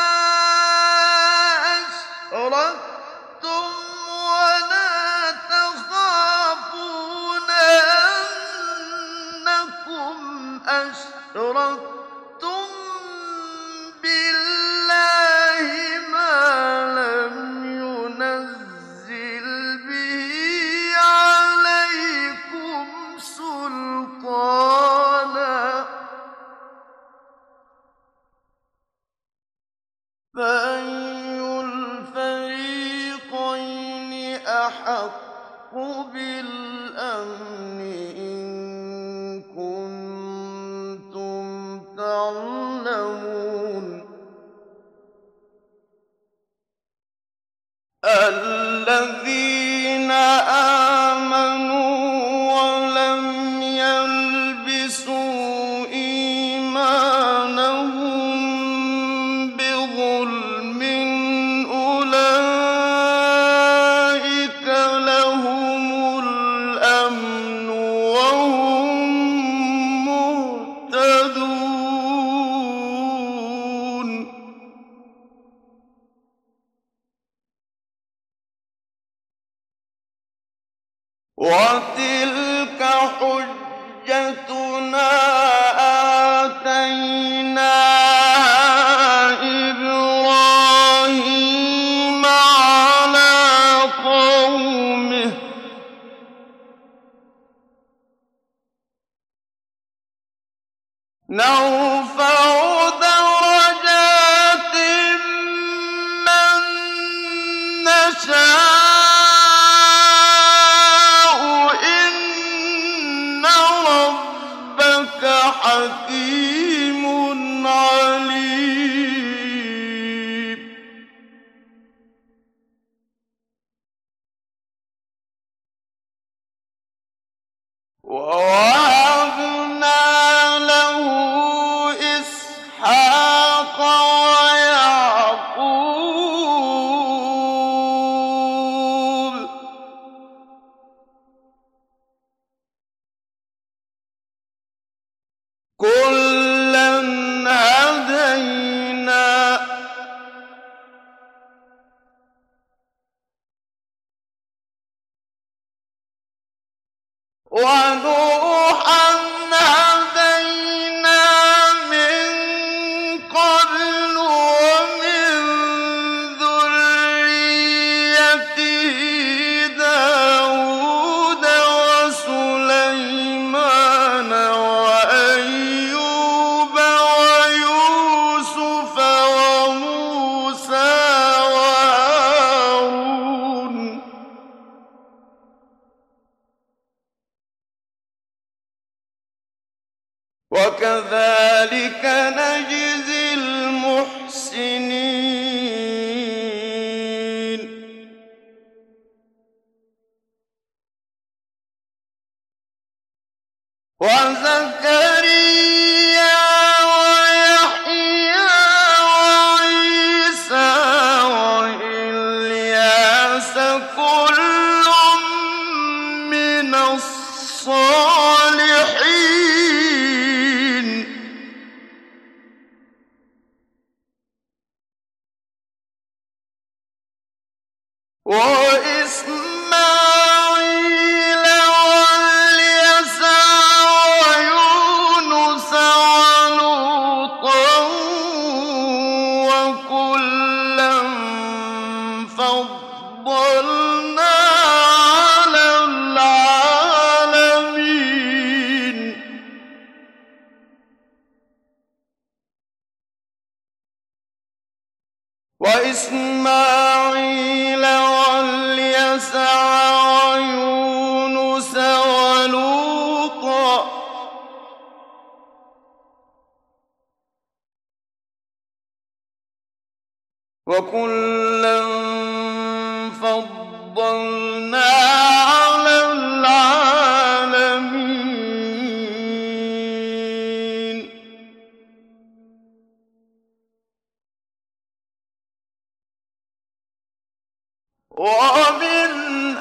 أشركتم ولا تخافون أنكم أشركتم بالله ما لم ينزل به عليكم سلطانا فأي الفريقين أحق بالأمن إن كنتم تعلمون الذين آمنوا ولم يلبسوا إيمانهم بظلم أولئك لهم الأمن وهم مهتدون وتلك حجتنا آتيناها إبراهيم على قومه نرفع درجات من نشاء حكيم عليم ووهبنا له إسحاق ويعقوب كُلًّا هَدَيْنَا وَنُوحًا هَدَيْنَا مِن قَبْلُ وَمِن ذُرِّيَّتِهِ دَاوُودَ وَسُلَيْمَانَ وَأَيُّوبَ وَيُوسُفَ وَمُوسَىٰ وَهَارُونَ وَكَذَٰلِكَ نَجْزِي الْمُحْسِنِينَ وَزَكَرِيَّا وَيَحْيَىٰ وَعِيسَىٰ وَإِلْيَاسَ كُلٌّ مِّنَ الصَّالِحِينَ وَإِسْمَاعِيلَ وَالْيَسَعَ وَيُونُسَ وَلُوطًا وَكُلًّا فَضَّلْنَا عَلَى الْعَالَمِينَ وَإِسْمَاعِيلَ وَالْيَسَعَ وَيُونُسَ وَلُوطًا وَكُلًّا فَضَّلْنَا عَلَى الْعَالَمِينَ. وَمِنْ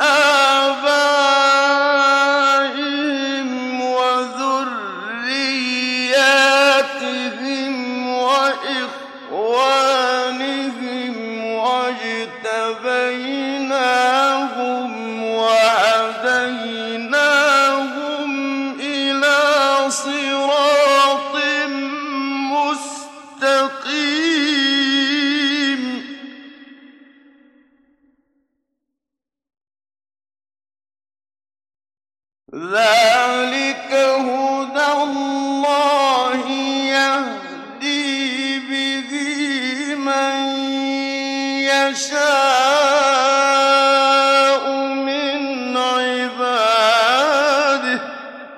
آبَائِهِمْ وَذُرِّيَّاتِهِمْ وَإِخْوَانِهِمْ وَاجْتَبَيْنَاهُمْ وَهَدَيْنَاهُمْ إِلَىٰ صِرَاطٍ مُّسْتَقِيمٍ. ذَٰلِكَ هُدَى اللَّهِ يَهْدِي بِهِ مَن يَشَاءُ مِنْ عِبَادِهِ ۚ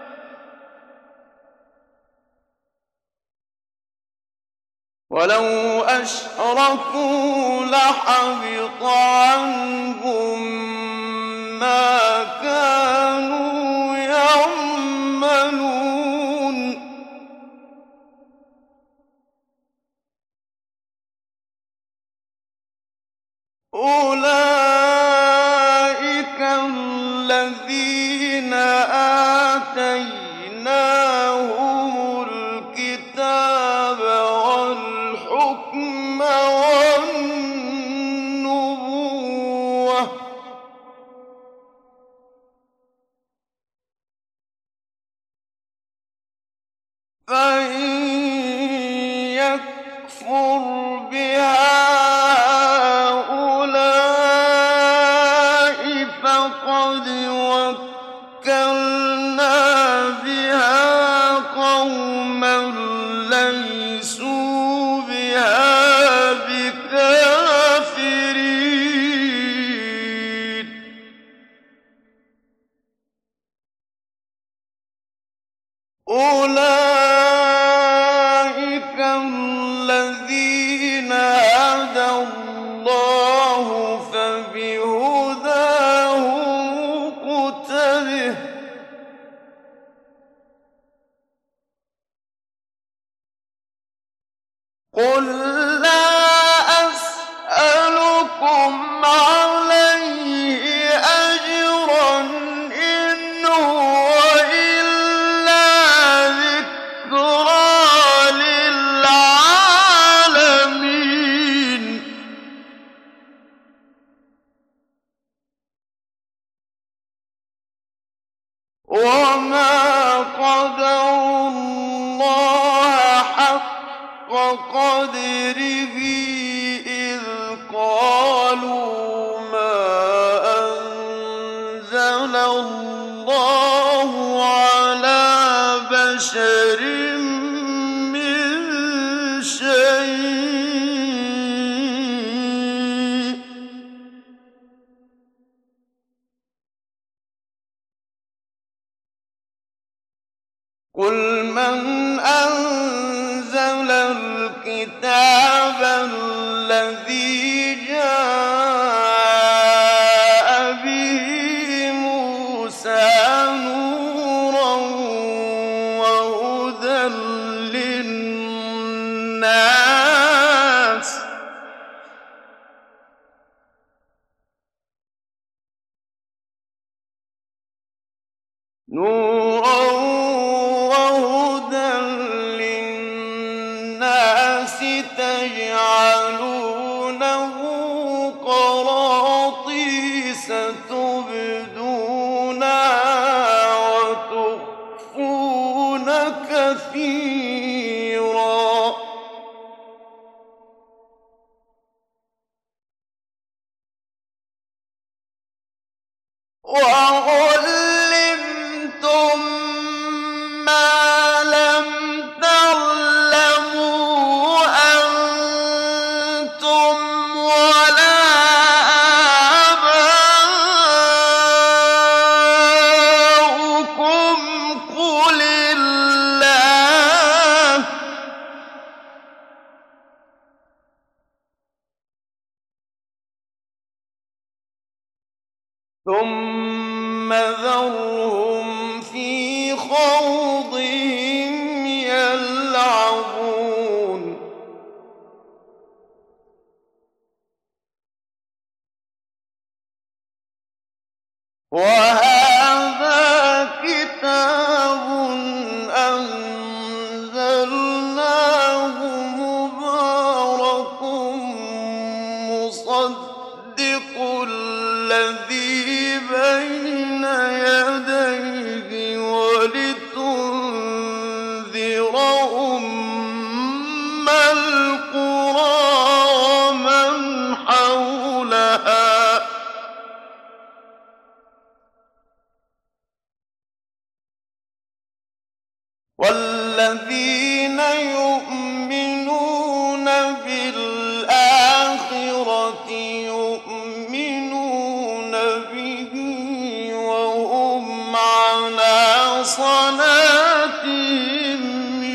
وَلَوْ أَشْرَكُوا لَحَبِطَ عَنْهُم مَّا كَانُوا يَعْمَلُونَ. أُولَٰئِكَ الَّذِينَ آتَيْنَاهُمُ الْكِتَابَ وَالْحُكْمَ وَالنُّبُوَّةَ ۚ فَإِن يَكْفُرْ بِهَا هَٰؤُلَاءِ فَقَدْ وَكَّلْنَا بِهَا قَوْمًا لَّيْسُوا بِهَا بِكَافِرِينَ. أُولَٰئِكَ الَّذِينَ هَدَى اللَّهُ فَبِهُدَاهُ مُقْتَدِهْ ۗ قُل لَّا أَسْأَلُكُمْ عَلَيْهِ أَجْرًا ۖ إِنْ هُوَ إِلَّا ذِكْرَىٰ لِلْعَالَمِينَ. وَمَا قَدَرُوا اللَّهَ حَقَّ قَدْرِهِ إِذْ قَالُوا مَا أَنزَلَ اللَّهُ عَلَىٰ بَشَرٍ مِّن شَيْءٍ ۗ قُلْ مَنْ أَنزَلَ الْكِتَابَ الَّذِي جَاءَ بِهِ مُوسَىٰ نُورًا وَهُدًى لِّلنَّاسِ ۖ نُورًا وَهُدًى لِّلنَّاسِ تَجْعَلُونَهُ قَرَاطِيسَ تُبْدُونَهَا وَتُخْفُونَ كَثِيرًا ۖ وَعُلِّمْتُم مَّا لَمْ تَعْلَمُوا أَنتُمْ وَلَا آبَاؤُكُمْ ۖ قُلِ اللَّهُ ثم ذرهم في خوضهم يلعبون وهذا كتاب أنزلناه مبارك مصدق الذي بين يديه ولتنذر أم القرى ومن حولها والذين يؤمنون بالآخرة يؤمنون به وهم على صلاتهم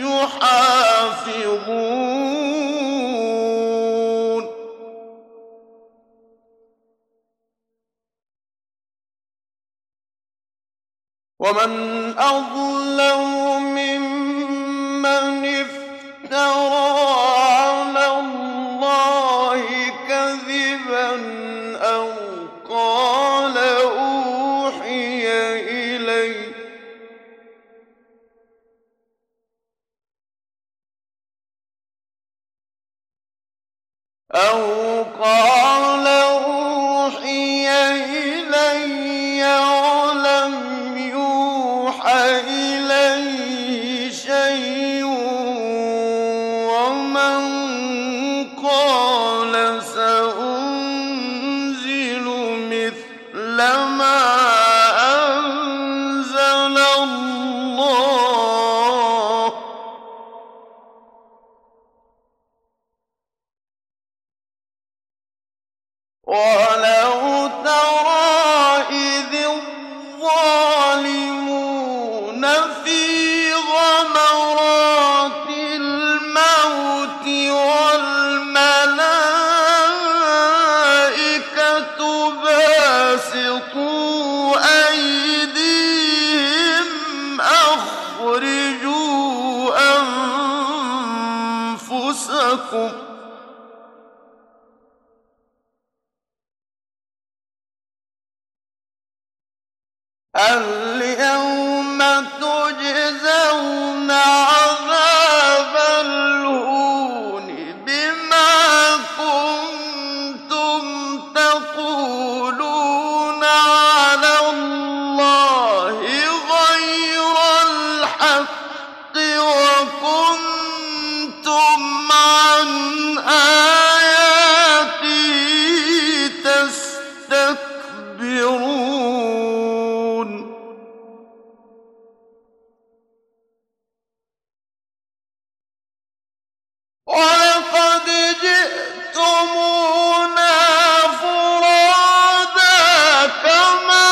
يحافظون ومن أظلم ممن افترى على الله كذبا أو قال أوحي إلي أو قال أوحي إلي ولم يوحى إليه شيء ومن قال سأنزل مثل ما أنزل الله ولو ترى إذ الظالمون في غمرات الموت والملائكة باسطوا أيديهم أخرجوا أنفسكم اليوم تجزون عذاب الهون بما كنتم تقولون على الله غير الحق وكنتم عن آياته تستكبرون ولقد جئتمونا فرادا كما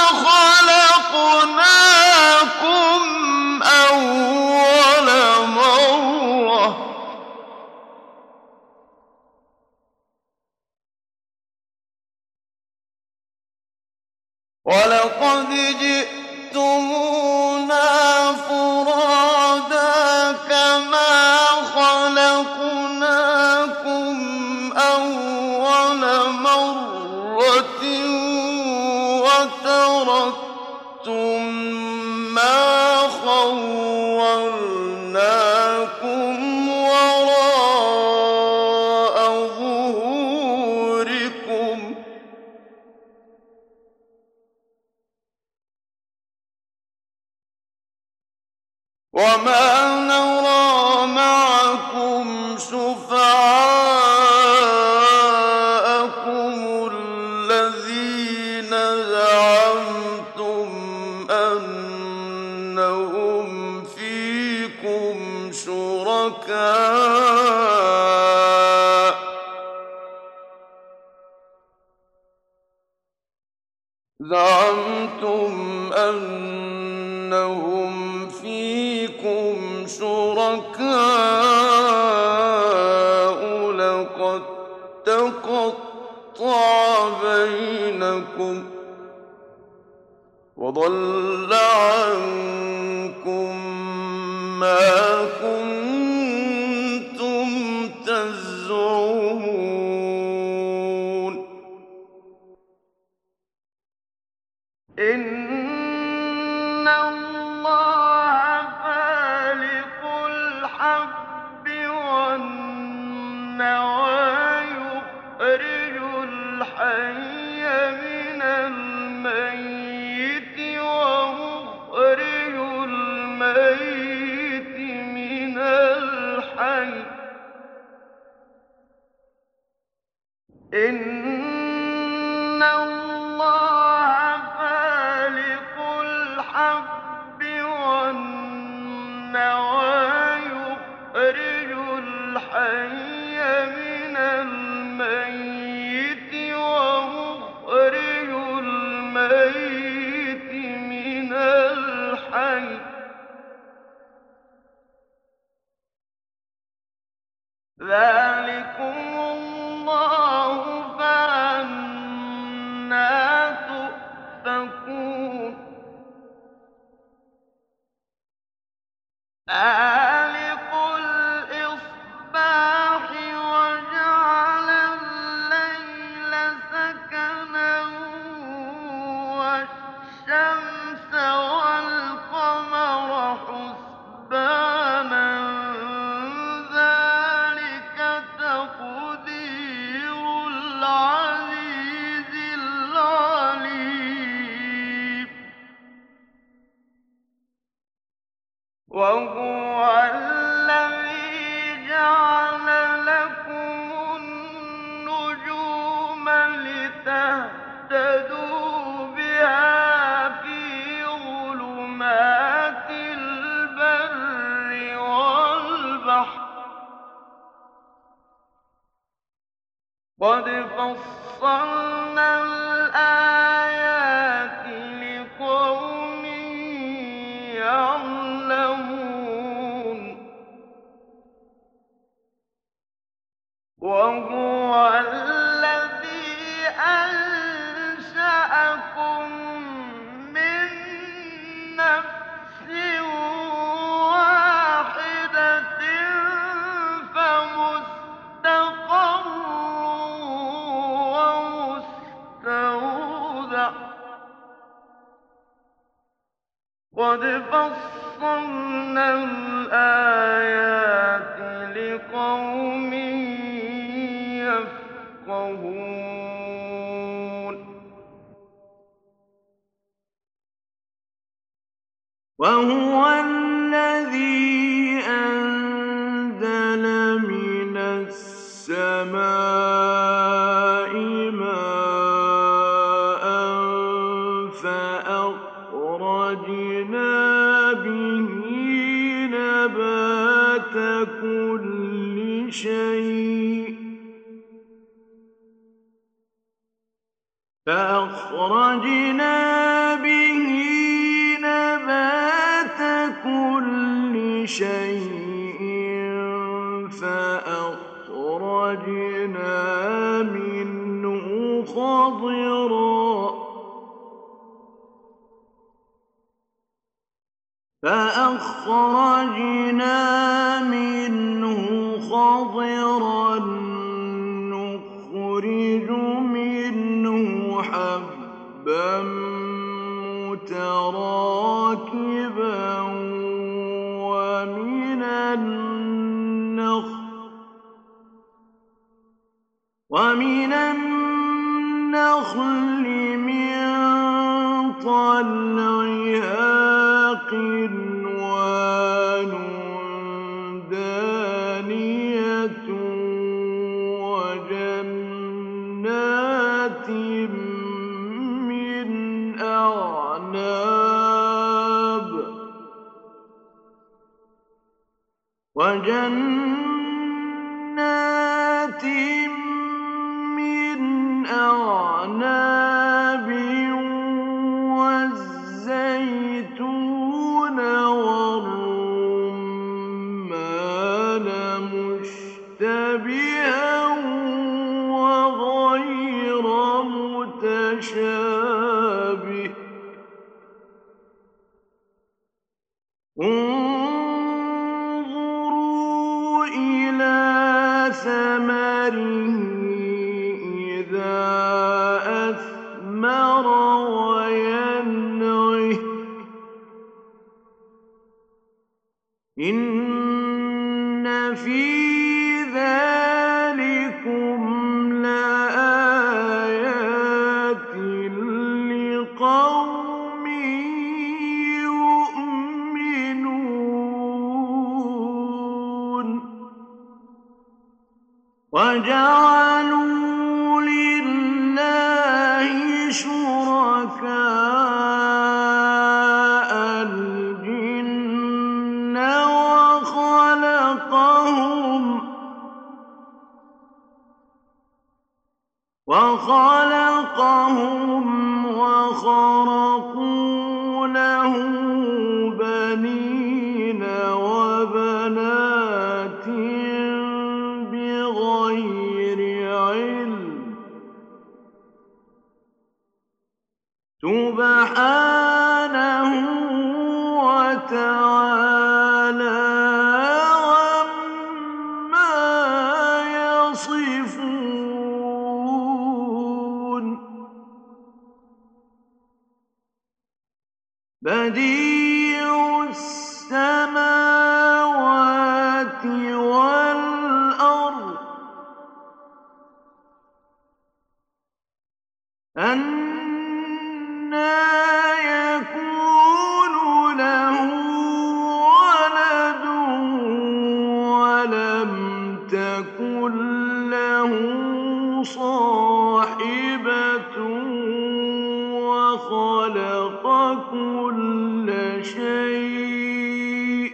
خلقناكم أول مرة ولقد جئتمونا فرادا كما خلقناكم أول مرة وتركتم ما خولناكم وراء ظهوركم وما نرى معكم شفعاءكم الذين زعمتم أنهم فيكم شركاء زعمتم أنهم فيكم شركاء لقد تقطع بينكم وَضَلَّ عَنكُم مَّا كُنتُمْ تَزْعُمُونَ إِنَّ اللَّهَ فَالِقُ الْحَبِّ وَالنَّوَىٰ يُخْرِجُ الْحَيَّ مِنَ الْمَيِّتِ وَمُخْرِجُ الْمَيِّتِ مِنَ الْحَيِّ ۚ إِنَّ اللَّهَ فَالِقُ الْحَبِّ وَالنَّوَىٰ يُخْرِجُ الْحَيَّ مِنَ الْمَيِّتِ وَمُخْرِجُ الْمَيِّتِ مِنَ الْحَيِّ ۚ ذَٰلِكُمُ اللَّهُ فَأَنَّىٰ تُؤْفَكُونَ فَالِقُ الْإِصْبَاحِ وَجَعَلَ اللَّيْلَ سَكَنًا وَالشَّمْسَ وَالْقَمَرَ حُسْبَانًا ۚ ذَٰلِكَ تَقْدِيرُ الْعَزِيزِ الْعَلِيمِ وَهُوَ الَّذِي جَعَلَ لَكُمُ النُّجُومَ لِتَهْتَدُوا بِهَا فِي ظُلُمَاتِ الْبَرِّ وَالْبَحْرِ ۗ قَدْ فَصَّلْنَا الْآيَاتِ لِقَوْمٍ يَعْلَمُونَ وَهُوَ الَّذِي أَنشَأَكُم مِّن نَّفْسٍ وَاحِدَةٍ فَمُسْتَقَرٌّ وَمُسْتَوْدَعٌ ۗ قَدْ فَصَّلْنَا الْآيَاتِ لِقَوْمٍ يَفْقَهُونَ وَهُوَ الَّذِي أَنزَلَ مِنَ السَّمَاءِ مَاءً فَأَخْرَجْنَا بِهِ نَبَاتَ كُلِّ شَيْءٍ فَأَخْرَجْنَا بِهِ نَبَاتَ كُلِّ شَيْءٍ فَأَخْرَجْنَا مِنْهُ خَضِرًا فَأَخْرَجْنَا مِنْهُ خَضِرًا نُّخْرِجُ مِنْهُ حَبًّا مُّتَرَاكِبًا وَمِنَ النَّخْلِ وَمِنَ النَّخْلِ مِن طَلْعِهَا قِنْوَانٌ دَانِيَةٌ وَجَنَّاتٍ مِّنْ أَعْنَابٍ وَجَنَّاتٍ مِّنْ أَعْنَابٍ وَالزَّيْتُونَ وَالرُّمَّانَ مُشْتَبِهًا وَغَيْرَ مُتَشَابِهٍ ۗ إن في ذلكم لآيات لقوم يؤمنون وجعلوا لله شركاء الجن وخلقهم وخلقهم وخرقوا له بنين وبنات بغير علم سبحانه وتعالى عما يصفون بديع السماوات والأرض أنى يكون له ولد ولم تكن له صاحبة وخلق كل شيء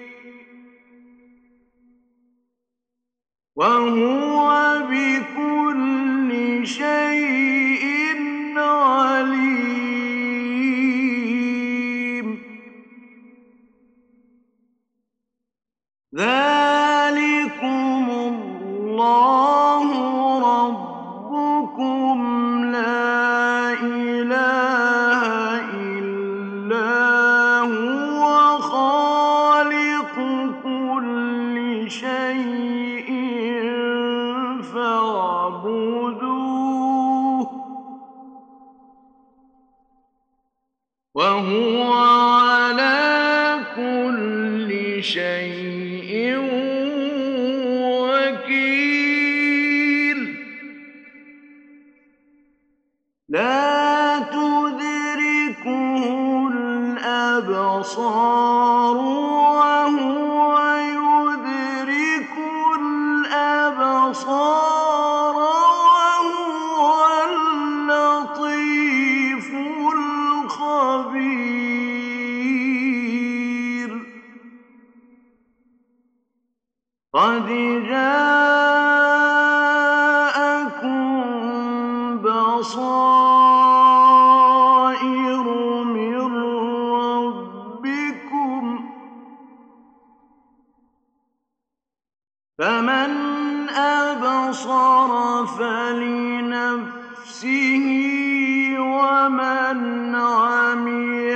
وهو بكل شيء عليم ذلكم الله ربكم لا إله إلا هو خالق كل شيء فاعبدوه وهو على كل شيء وكيل لا تدركه الأبصار وهو يدرك الأبصار وهو اللطيف الخبير قد جاءكم بصائر من ربكم فمن أبصر فلنفسه ومن عمي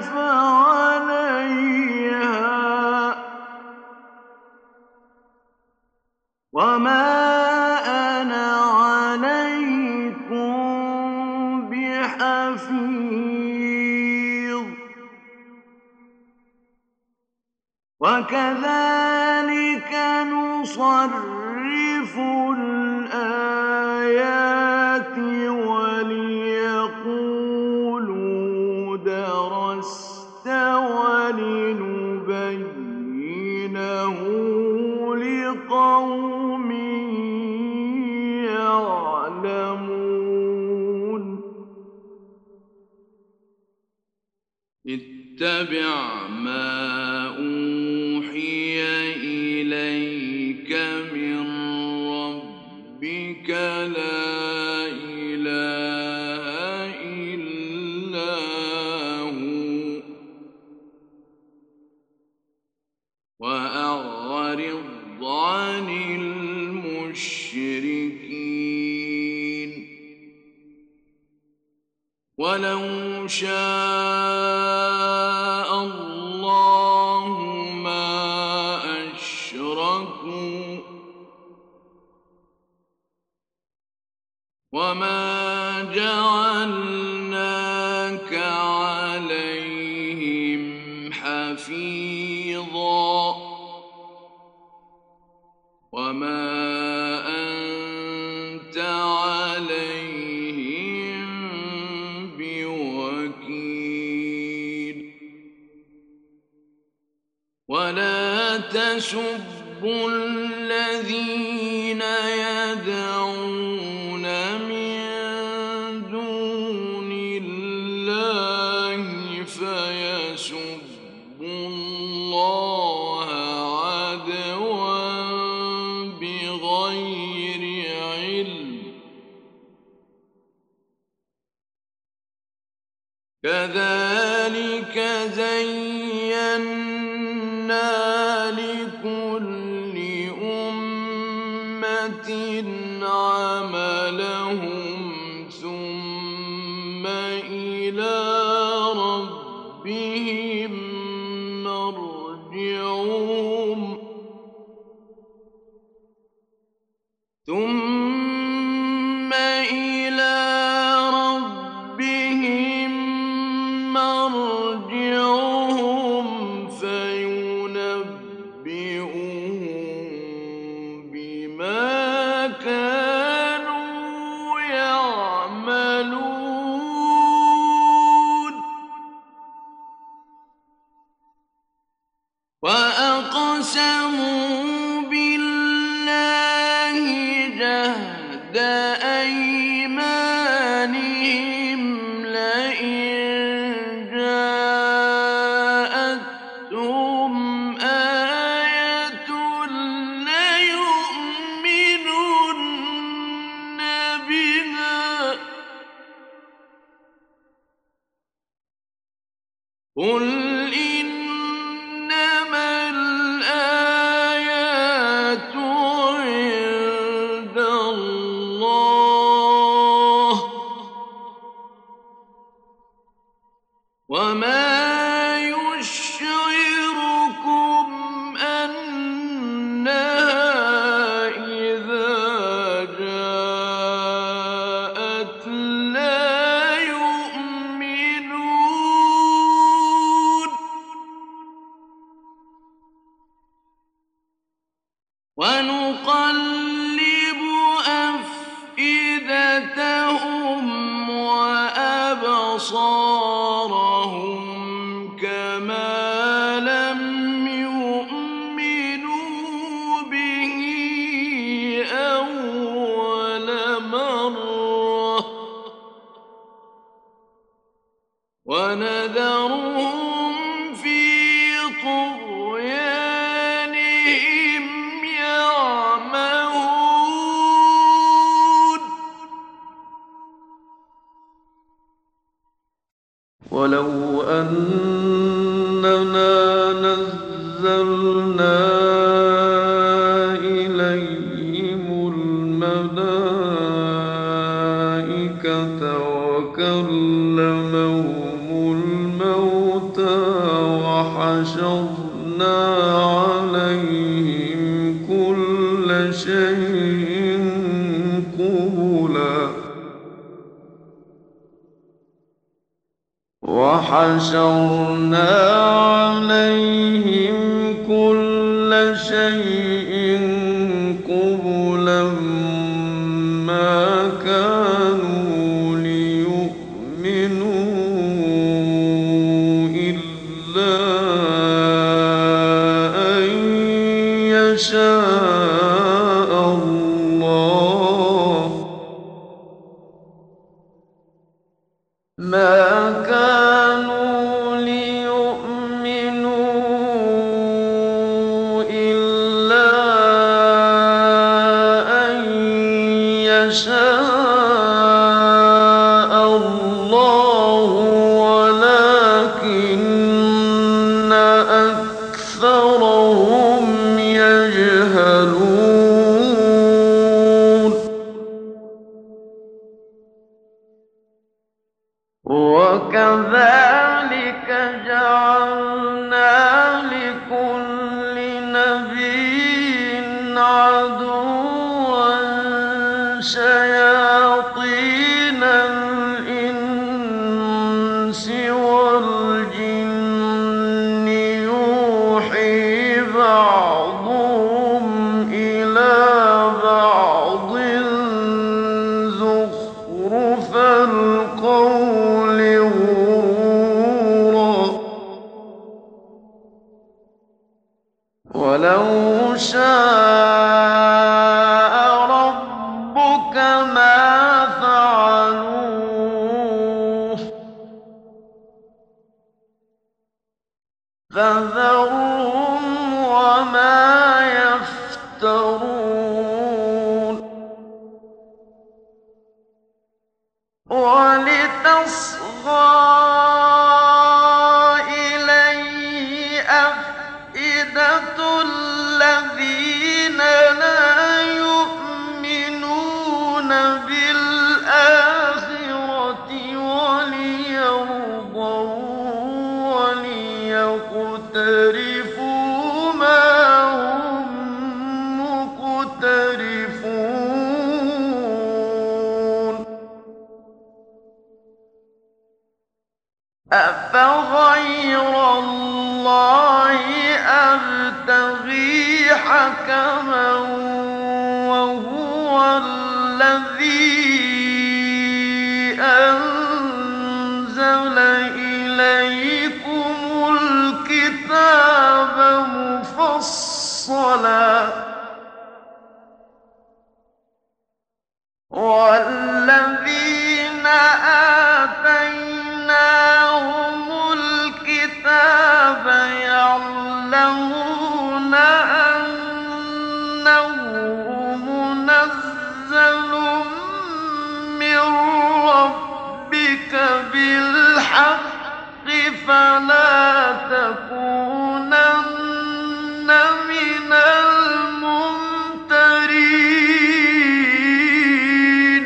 فعليها وما أنا عليكم بحفيظ وكذلك نصرف الآيات وليقولوا درست ولنبينه لقوم يعلمون اتبع ما أوحي إليك من ربك لا إله إلا هو وأعرض عن المشركين ولو شاء الله ما أشركوا وما جعلناك عليهم حفيظا وما أنت عليهم بوكيل ولا تسبوا الذين يدعون من دون الله فيسبوا الله عدوا بغير علم كذلك زينا لكل أمة عملهم ثم إلى ربهم مرجعهم ثم إلى ربهم مرجعهم فينبئهم بما كانوا يعملون وأقسموا بالله جهد أيمانهم لئن جاءتهم آية ليؤمنن بها قل إنما الآيات عند الله وما يشعركم أنها إذا جاءت لا يؤمنون ونقلب أفئدتهم وأبصارهم كما لم يؤمنوا به أول مرة ونذرهم في طغيانهم يعمهون ولو أننا نزلنا إليهم الملائكة وكلمهم الموتى وحشرنا عليهم كل شيء قبلا وحشرنا عليهم كل شيء قبلا ما كانوا ليؤمنوا إلا أن يشاء الله ما كانوا ليؤمنوا إلا أن يشاء الله ولكن أكثرهم يجهلون وكذلك جعلنا لكل نبي عدوا شياطين الإنس والجن يوحي بعضهم إلى وَلَوْ شَاءَ رَبُّكَ مَا فَعَلُوهُ فَذَرْهُمْ وَمَا يَفْتَرُونَ وَلِتَصْغَىٰ إِلَيْهِ أَفْئِدَةُ الَّذِينَ لَا يُؤْمِنُونَ بِالْآخِرَةِ وَلِيَرْضَوْهُ وَلِيَقْتَرِفُوا مَا هُم مُّقْتَرِفُونَ أَفَغَيْرَ اللَّهِ أَبْتَغِي حَكَمًا وَهُوَ الَّذِي أَنزَلَ إِلَيْكُمُ الْكِتَابَ مُفَصَّلًا ۚ وَالَّذِينَ آتَيْنَاهُمُ الْكِتَابَ يَعْلَمُونَ أَنَّهُ مُنَزَّلٌ مِّن رَّبِّكَ بِالْحَقِّ فَلَا تَكُونَنَّ مِنَ الْمُمْتَرِينَ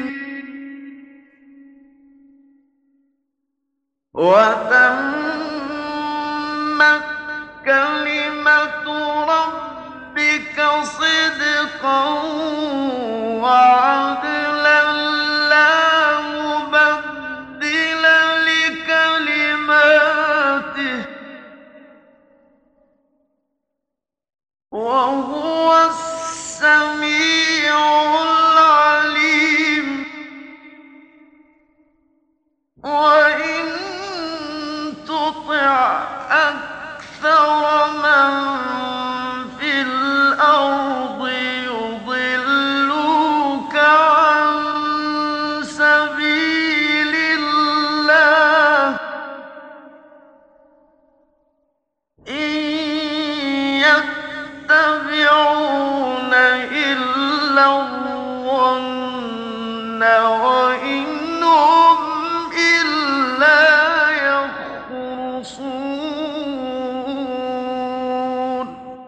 وَتَمَّتْ كَلِمَةُ رَبِّكَ صِدْقًا وَعَدْلًا لَّا مُبَدِّلَ لِكَلِمَاتِهِ ۚ وَهُوَ السَّمِيعُ الْعَلِيمُ وَإِن تُطِعْ أَكْثَرَ مَن فِي الْأَرْضِ يُضِلُّوكَ عَن سَبِيلِ اللَّهِ ۚ إِن يَتَّبِعُونَ إِلَّا الظَّنَّ وَإِنْ هُمْ إِلَّا يَخْرُصُونَ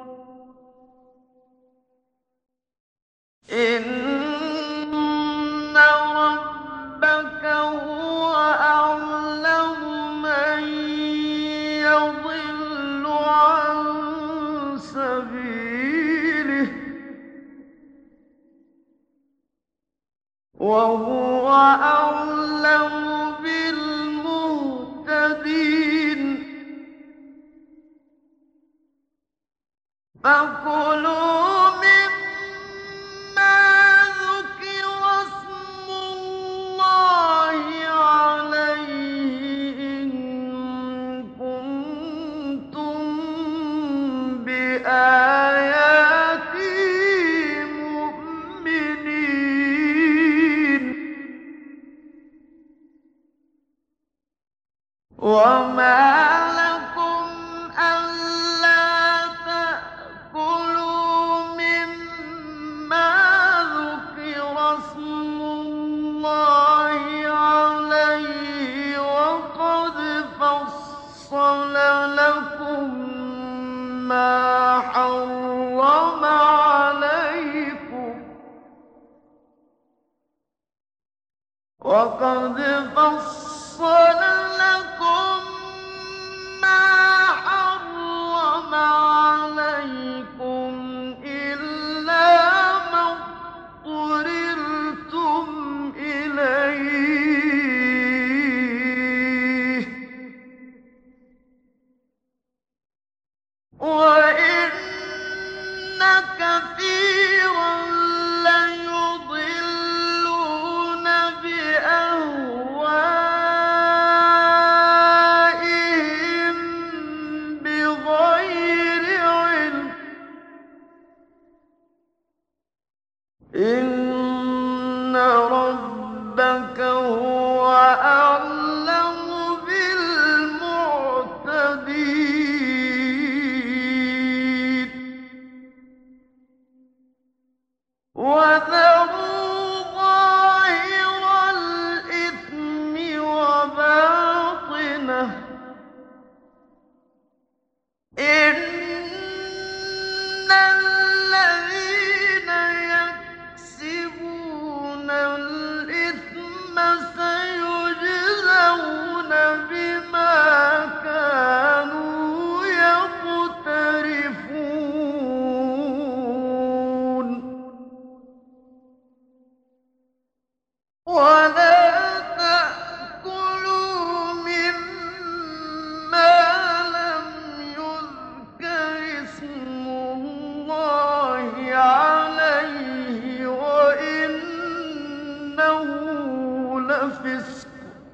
إِنَّ رَبَّكَ هُوَ أَعْلَمُ مَن يَضِلُّ عَن سَبِيلِهِ ۖ وَهُوَ أَعْلَمُ بِالْمُهْتَدِينَ فَكُلُوا مِمَّا ذُكِرَ اسْمُ اللَّهِ عَلَيْهِ إِن كُنتُم بِآيَاتِهِ مُؤْمِنِينَ وَمَا لَكُمْ أَلَّا تَأْكُلُوا مِمَّا ذُكِرَ اسْمُ اللَّهِ عَلَيْهِ وَقَدْ فَصَّلَ لَكُم مَّا حَرَّمَ عَلَيْكُمْ وَقَدْ فَصَّلَ لَكُم مَّا حَرَّمَ عَلَيْكُمْ إِلَّا مَا اضْطُرِرْتُمْ إِلَيْهِ ۗ وَإِنَّ كَثِيرًا لَّيُضِلُّونَ بِأَهْوَائِهِم بِغَيْرِ عِلْمٍ إن ربك هو أعلم بالمعتدين وذروا ظاهر الإثم وباطنه إن الذين يكسبون الإثم سيجزون بما كانوا يقترفون ولا تأكلوا مما لم يذكر اسم الله عليه وإنه لفسق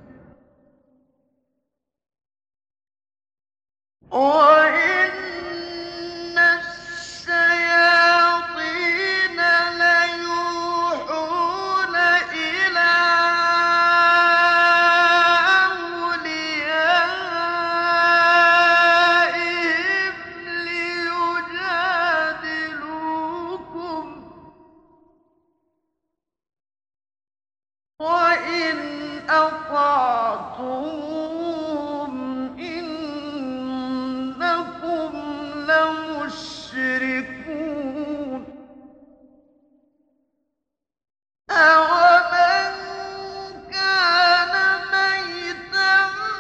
وإن الشياطين ليوحون إلى أوليائهم ليجادلوكم وإن أطعتموهم إنكم لمشركون أَوَمَنْ كَانَ مَيْتًا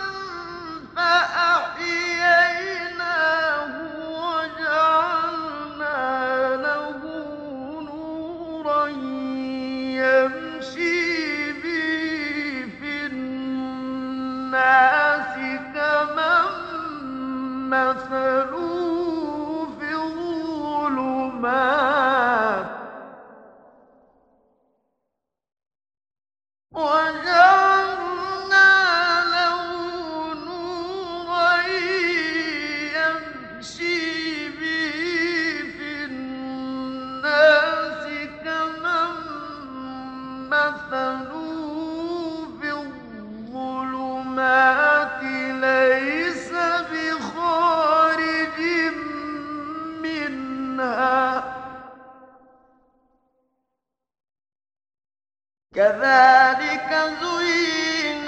فَأَحْيَيْنَاهُ وَجَعَلْنَا لَهُ نُورًا يَمْشِي بِهِ فِي النَّاسِ كَمَن مَّثَلُهُ فِي الظُّلُمَاتِ وَجَعَلْنَا لَهُ نُورًا يَمْشِي بِهِ فِي النَّاسِ كَمَن مَّثَلُهُ فِي الظُّلُمَاتِ لَيْسَ بِخَارِجٍ مِّنْهَا كَذَٰلِكَ زُيِّنَ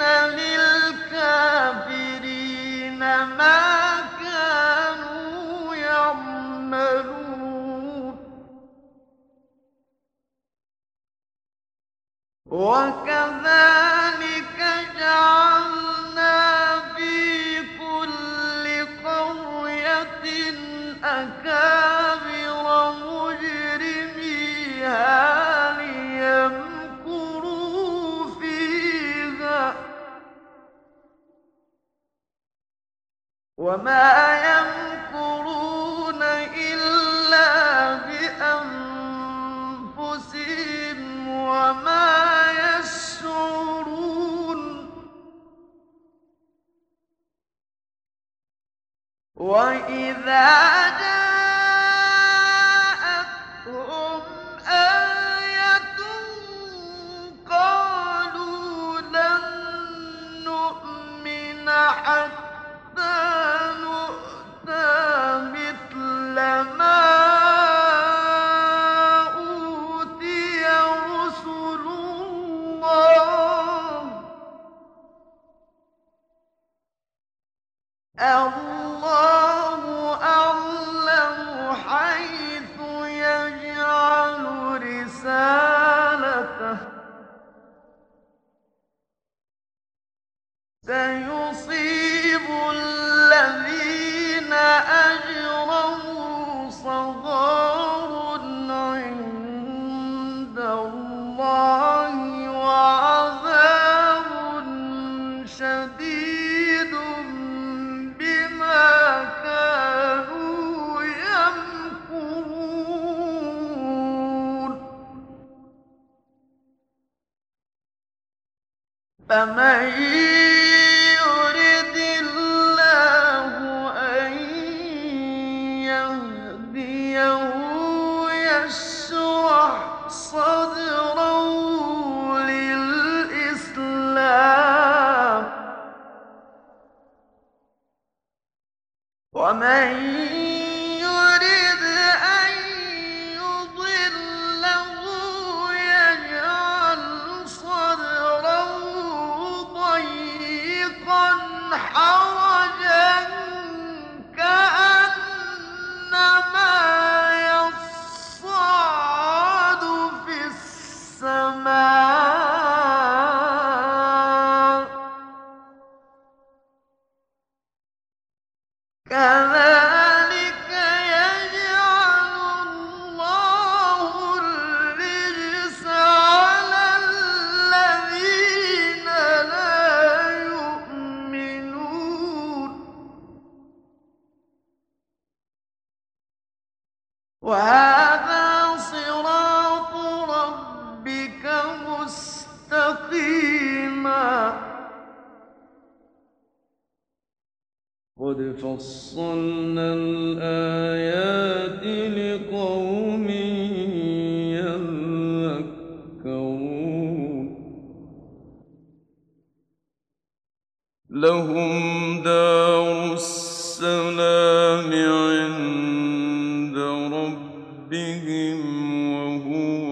لِلْكَافِرِينَ مَا كَانُوا يَعْمَلُونَ وَكَذَٰلِكَ جَعَلْنَا فِي كُلِّ قَرْيَةٍ أَكَابِرَ مُجْرِمِيهَا لِيَمْكُرُوا فِيهَا ۖ وَمَا يَمْكُرُونَ إِلَّا بِأَنفُسِهِمْ وَمَا يَشْعُرُونَ وَإِذَا جَاءَتْهُمْ آيَةٌ قَالُوا لَن نُّؤْمِنَ حَتَّىٰ نُؤْتَىٰ مِثْلَ مَا أُوتِيَ رُسُلُ اللَّهِ ۘ اللَّهُ أَعْلَمُ حَيْثُ يَجْعَلُ رِسَالَتَهُ ۗ سَيُصِيبُ الَّذِينَ أَجْرَمُوا صَغَارٌ عِندَ اللَّهِ وَعَذَابٌ شَدِيدٌ بِمَا كَانُوا يَمْكُرُونَ فَمَن يُرِدِ اللَّهُ أَن يَهْدِيَهُ يَشْرَحْ صدره للإسلام ومن يرد أن يضله يجعل صدره ضيقا حرجا كأنما يصعد في السماء كذلك يجعل الله الرجس على الذين لا يؤمنون وهذا صراط ربك مستقيما قد فصلنا الآيات لقوم يذكرون لهم دار السلام عند ربهم وهو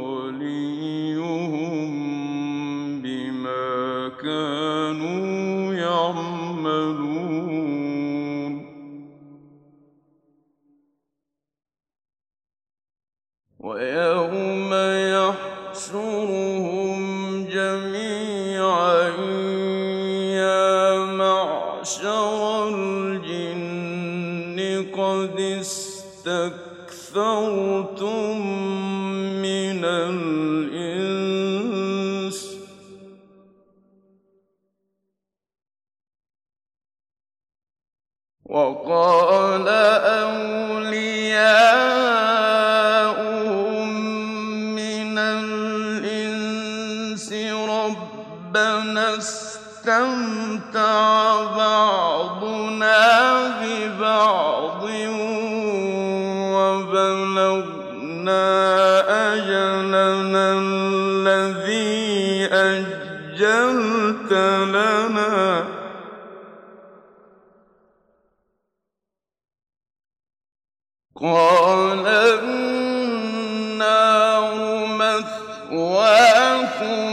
وليهم بما كانوا يعملون ويوم يحشرهم جميعا يا معشر الجن قد استكثرتم من الإنس وقال أولياؤهم من الإنس ربنا استمتع بعضنا ببعض وبلغنا أجلنا الذي أجلت لنا قال النار مثواكم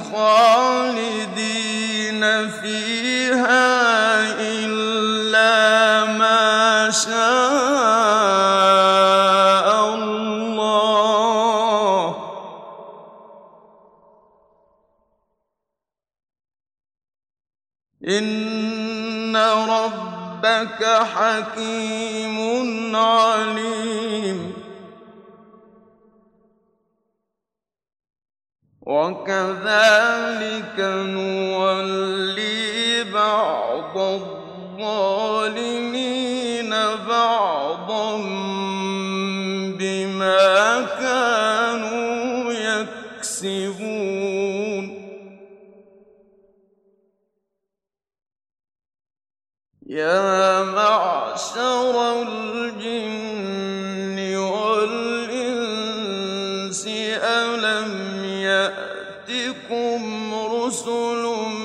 خالدين فيها إلا ما شاء الله إن ربك حكيم عليم وكذلك نولي بعض الظالمين بعضا بما كانوا يكسبون يا معشر الجن والإنس ألم يأتكم رسل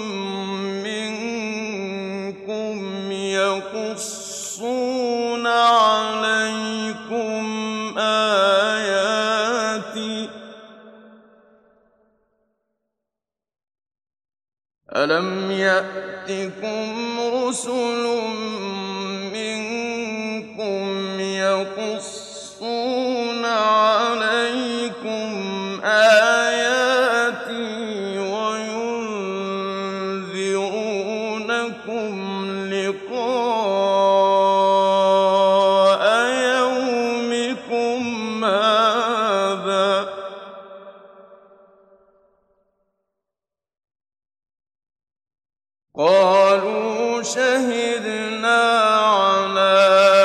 منكم يقصون عليكم آياتي ألم يأتكم رسل منكم يقصون عليكم آياتي وينذرونكم لقاء يومكم هذا قالوا شهدنا على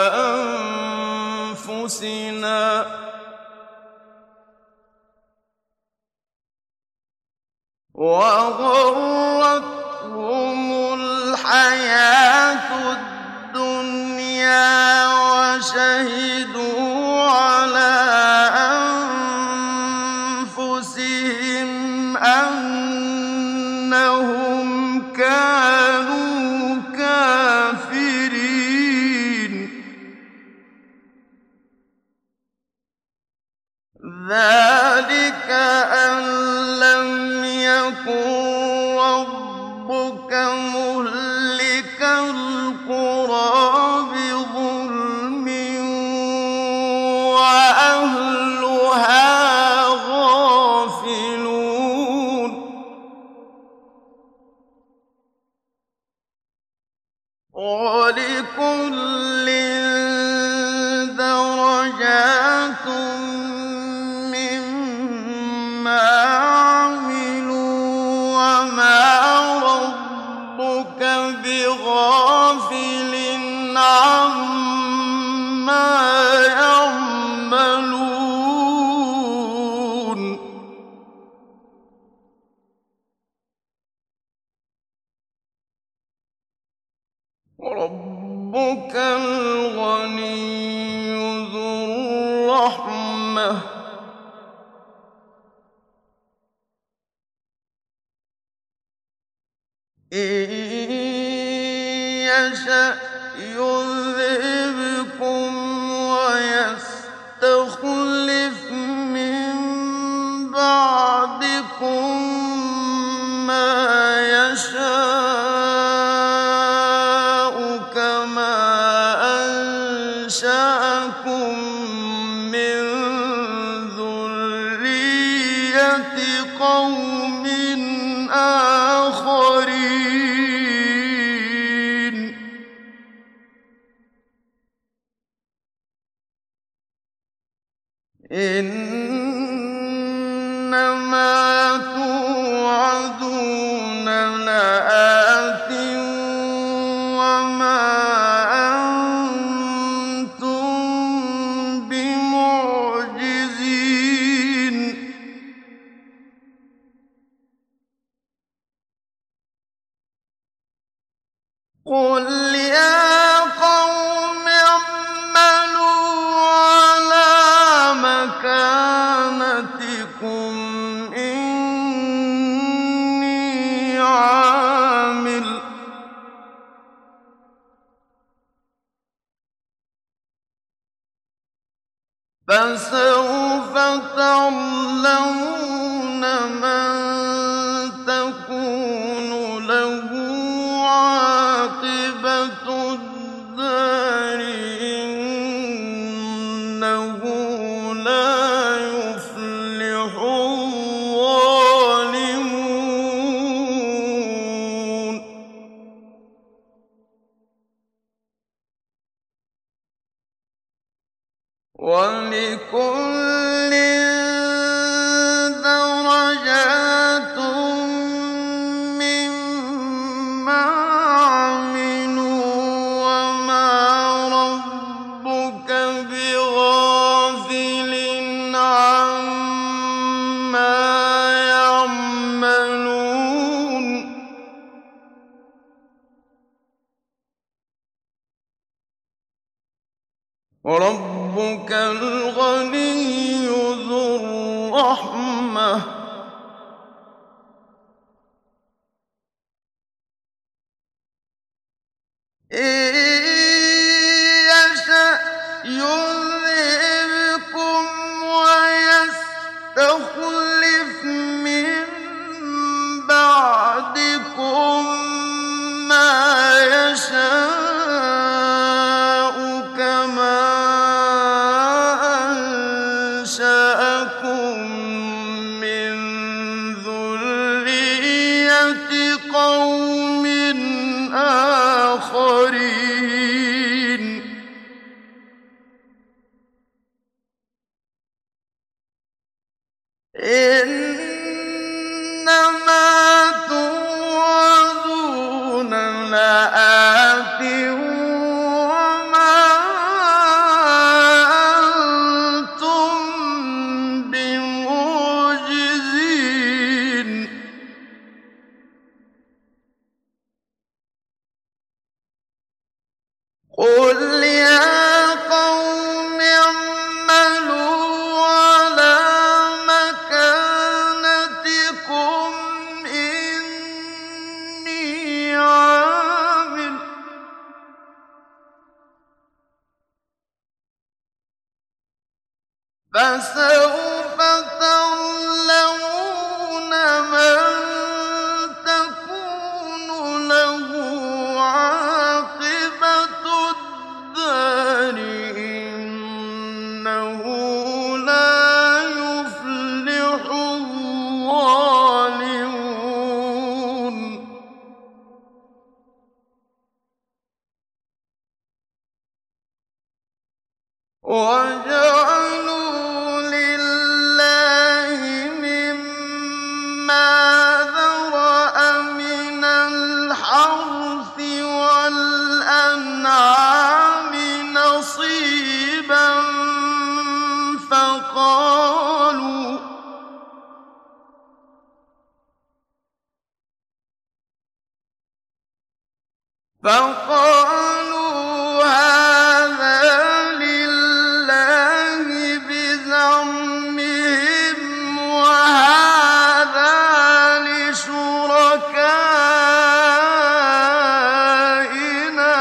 أنفسنا وغرتهم الحياة الدنيا وشهدوا على ذلك أن لم يكن ربك مهلك القرى بظلم وأهلها غافلون ولكل درجات مما عملوا وما ربك بغافل عما يعملون ربك الغني ذو الرحمة إن يشأ يذهبكم ويستخلف من بعدكم ما يشاء كما أنشأكم من ذرية قوم آخرين إنما توعدون لآت وما أنتم بمعجزين قل يا قوم اعملوا على مكانتكم إني عامل فسوف تعلمون من تكون له عاقبة الدار إنه لا يفلح الظالمون ولكل درجات مما عملوا وما ربك بغافل عما يعملون ربك الغني ذو الرحمة إن يشأ يذهبكم ويستخلف من بعدكم ما يشاء كما أنشأكم من ذرية قوم آخرين إنما توعدون لآت وما أنتم بمعجزين قل يا قوم اعملوا على مكانتكم فسوف تعلمون من تكون له عاقبة الدار إنه لا يفلح الظالمون وجعلوا لله مما ذرأ من الحرث والأنعام نصيبا فقالوا فقالوا هذا لله بزعمهم وهذا لشركائنا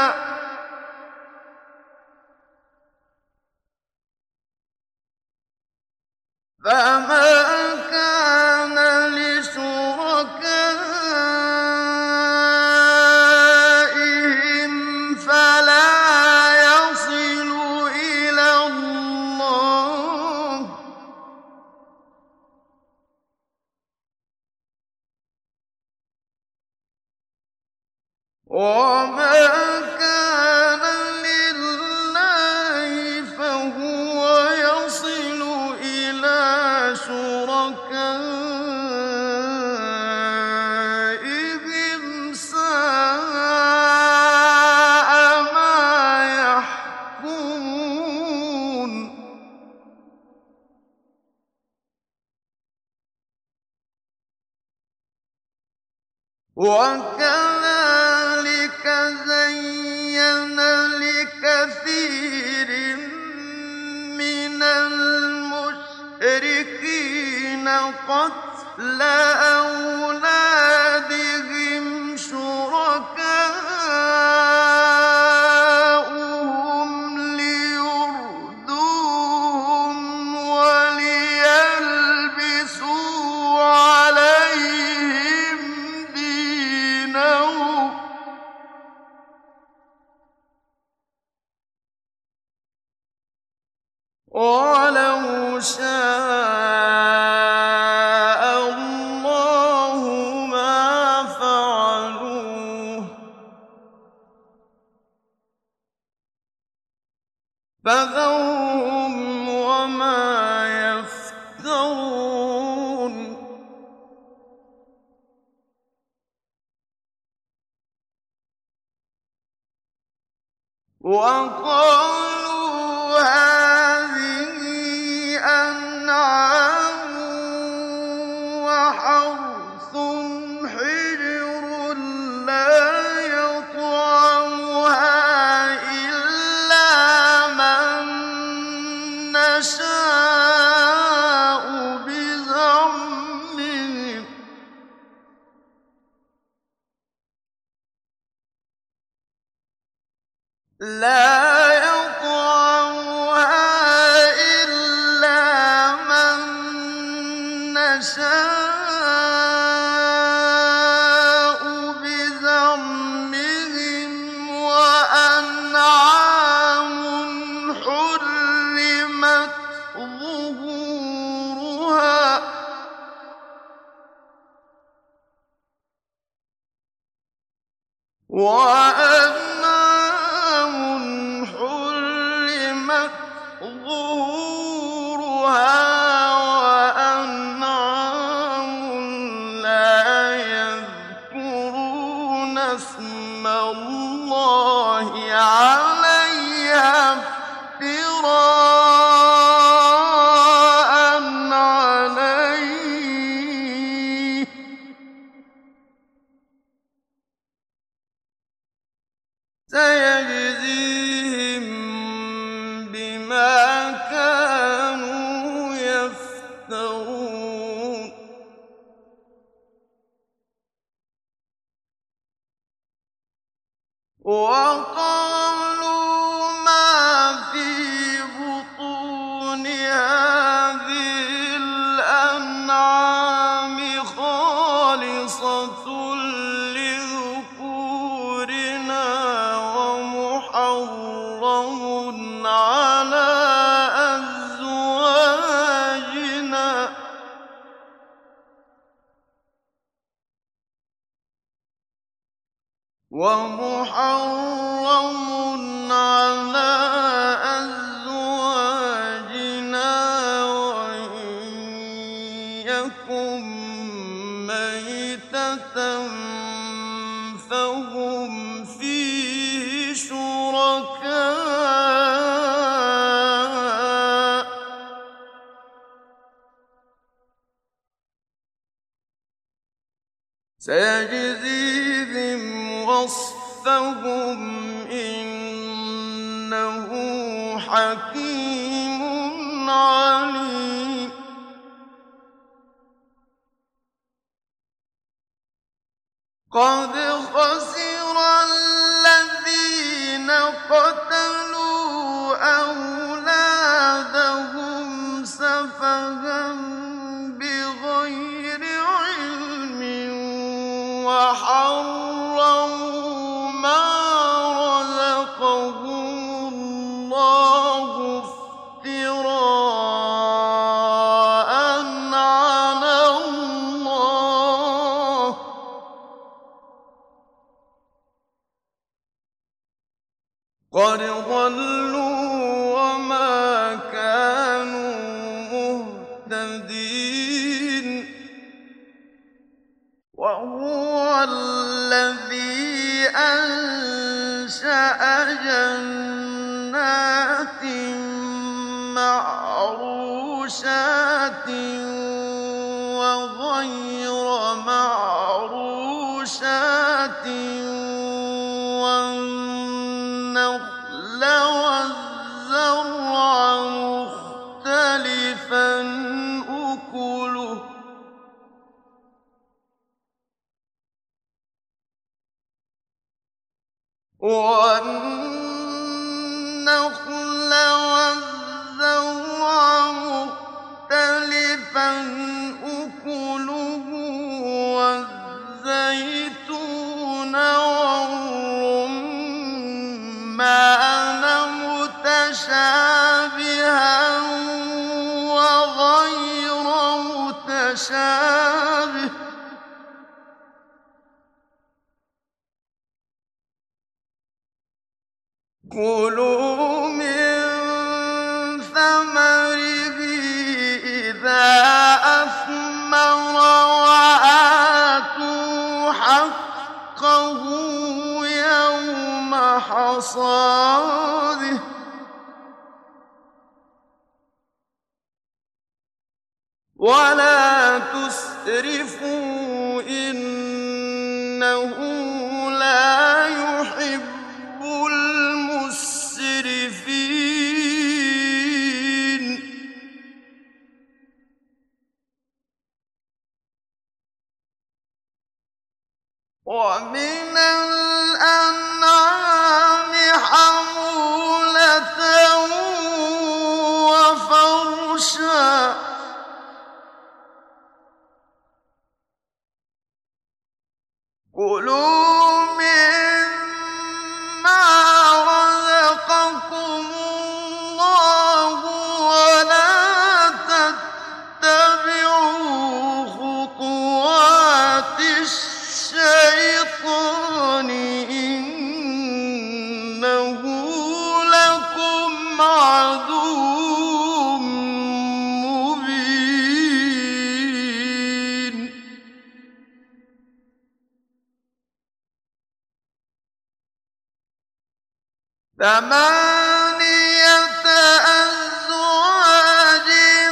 فما كان لشركائهم فلا يصل إلى الله وما كان لله فهو يصل إلى شركائهم ساء ما يحكمون وكذلك زين لكثير من المشركين قتل أولادهم شركاؤهم ليردوهم وليلبسوا عليهم دينهم ولو شاء الله ما فعلوه فذرهم وما يفترون وقالوا هذه أنعام وحرث حجر لا يطعمها إلا من نشاء بزعمهم لا يطعمها إلا من نشاء بزعمهم وأنعام حرمت ظهورها وأنعام حرمت ظهورها وأنعام لا يذكرون اسم الله عليها افتراء عليه سيجزيهم بما كانوا يفترون وقالوا ما في بطون هذه ومحرم على أزواجنا وإن يكن ميتة فهم فيه شركاء سيجزيهم وصفهم إنه حكيم عليم قد خسر الذين قتلوا أولادهم سفها بغير علم وحرموا ما رزقهم الله افتراء على الله قد ضلوا وما كانوا مهتدين وهو الذي أنشأ جنات معروشات وغير معروشات والنخل والزرع مختلفا أكله والنخل والزرع مختلفا أكله والزيتون والرمان متشابها وغير متشابه كلوا من ثمره إذا أثمر وآتوا حقه يوم حصاده ولا تسرفوا إنه لا يحب المسرفين ومن الأنعام حمولة وفرشا كلوا مما رزقكم الله ولا تتبعوا خطوات الشيطان إنه لكم عدو مبين ثمانية أزواج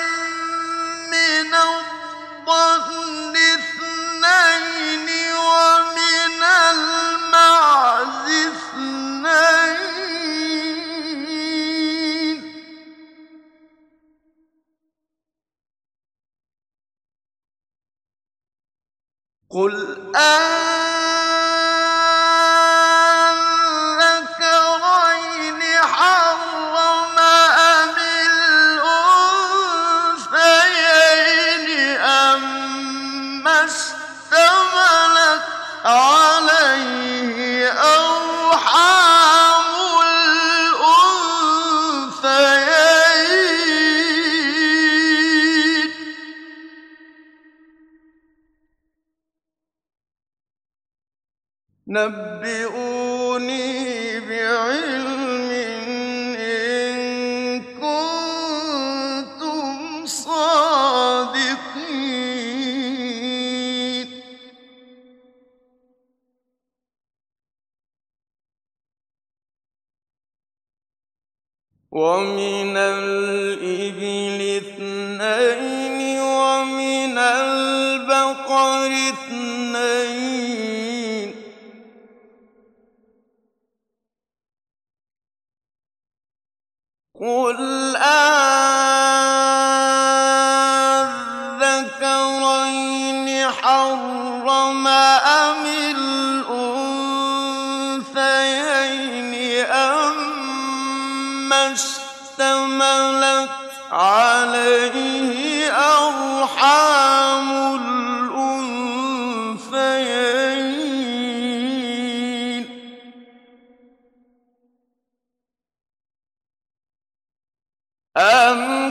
من الضأن اثنين ومن المعز اثنين قل أذكرين حرم أم الأنثيين أما اشتملت عليه أرحام الأنثيين نبئوني بعلم إن كنتم صادقين ومن الإبل اثنين ومن البقر اثنين قل أذكرين حرم أم الأنثيين أما اشتملت عليه أرحام الأنثيين أم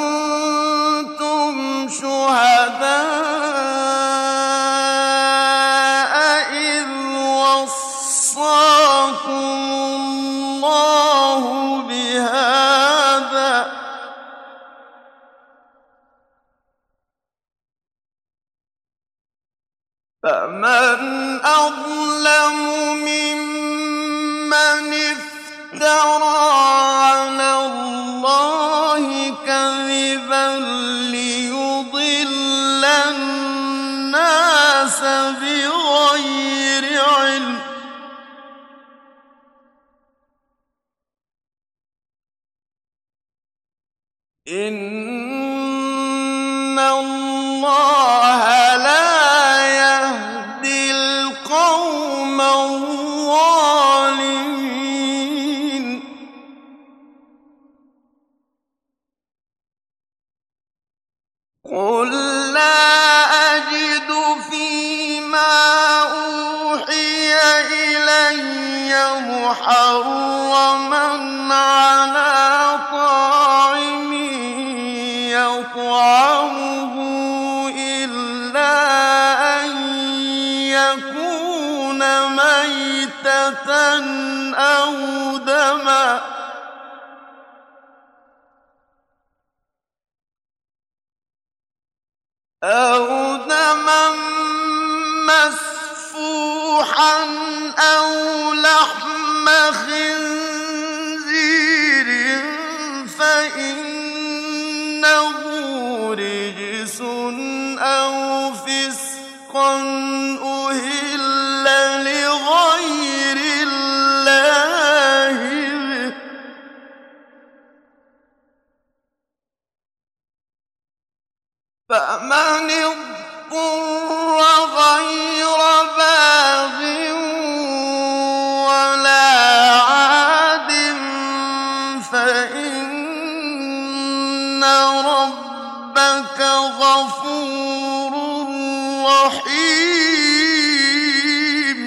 كنتم شهداء إذ وصاكم الله بهذا فمن أظلم ممن افترى على الله كذبا ليضل الناس بغير علم إن الله لا يهدي القوم الظالمين قل لا أجد فيما أوحي إلي محرما على طاعم يطعمه إلا أن يكون ميتة أو دما أو دما مسفوحا أو لحم خنزير فإنه رجس أو فسقا أهل لغير الله به فمن اضطر غير باغ ولا عاد فإن ربك غفور رحيم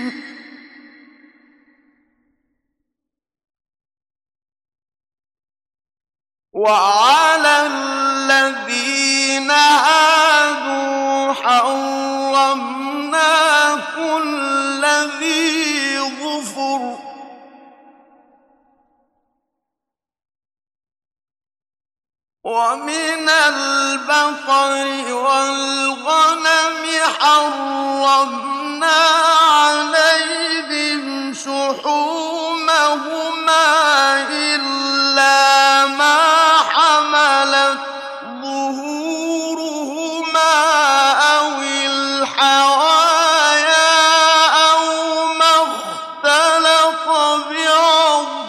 وعلى الذين هادوا حرمنا كل ذي ظفر ومن البقر والغنم حرمنا عليهم شحومهما إلا ما حملت ظهورهما أو الحوايا أو ما اختلط بعظم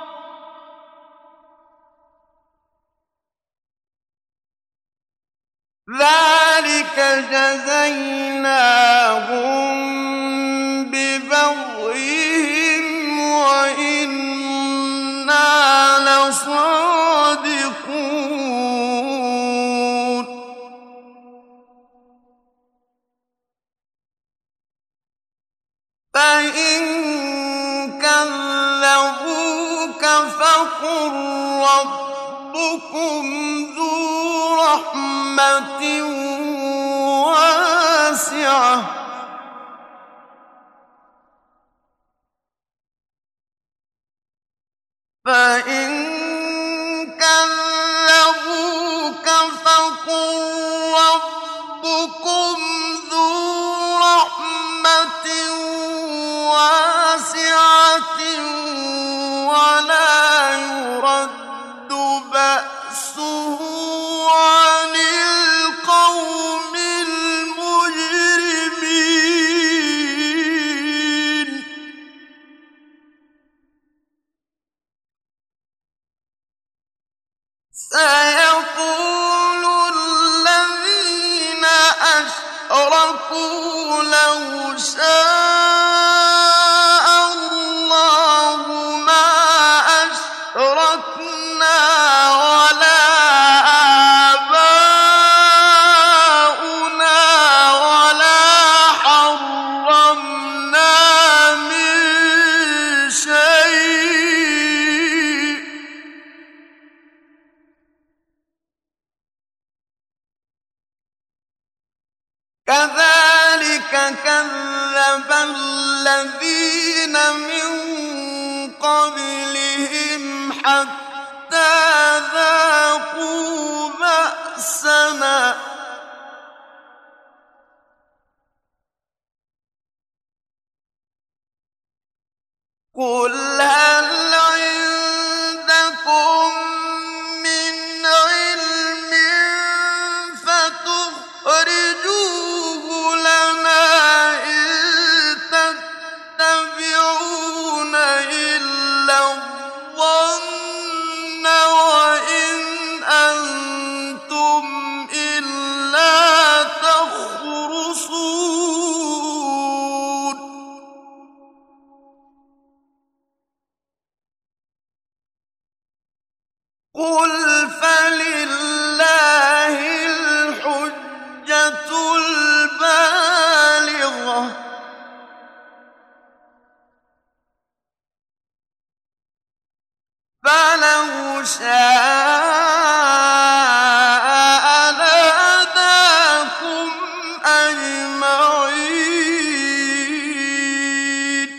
ذلك جزيناهم ببغيهم وإنا لصادقون فإن كذبوك فقل ربكم ذو رحمة واسعة فإن كذبوك فقل ربكم ذو رحمة واسعة ولا يرد بأسه عن القوم المجرمين سيقول الذين أشركوا لو شاء الله ما أشركنا ولا آباؤنا ولا حرمنا من شيء كذلك كذب الذين من قبلهم حتى ذاقوا بأسنا قل هل عندكم من علم فتخرجوه لنا إن تتبعون إلا الظن وإن أنتم إلا تخرصون قل فلله الحجة البالغة فلو شاء لهداكم أجمعين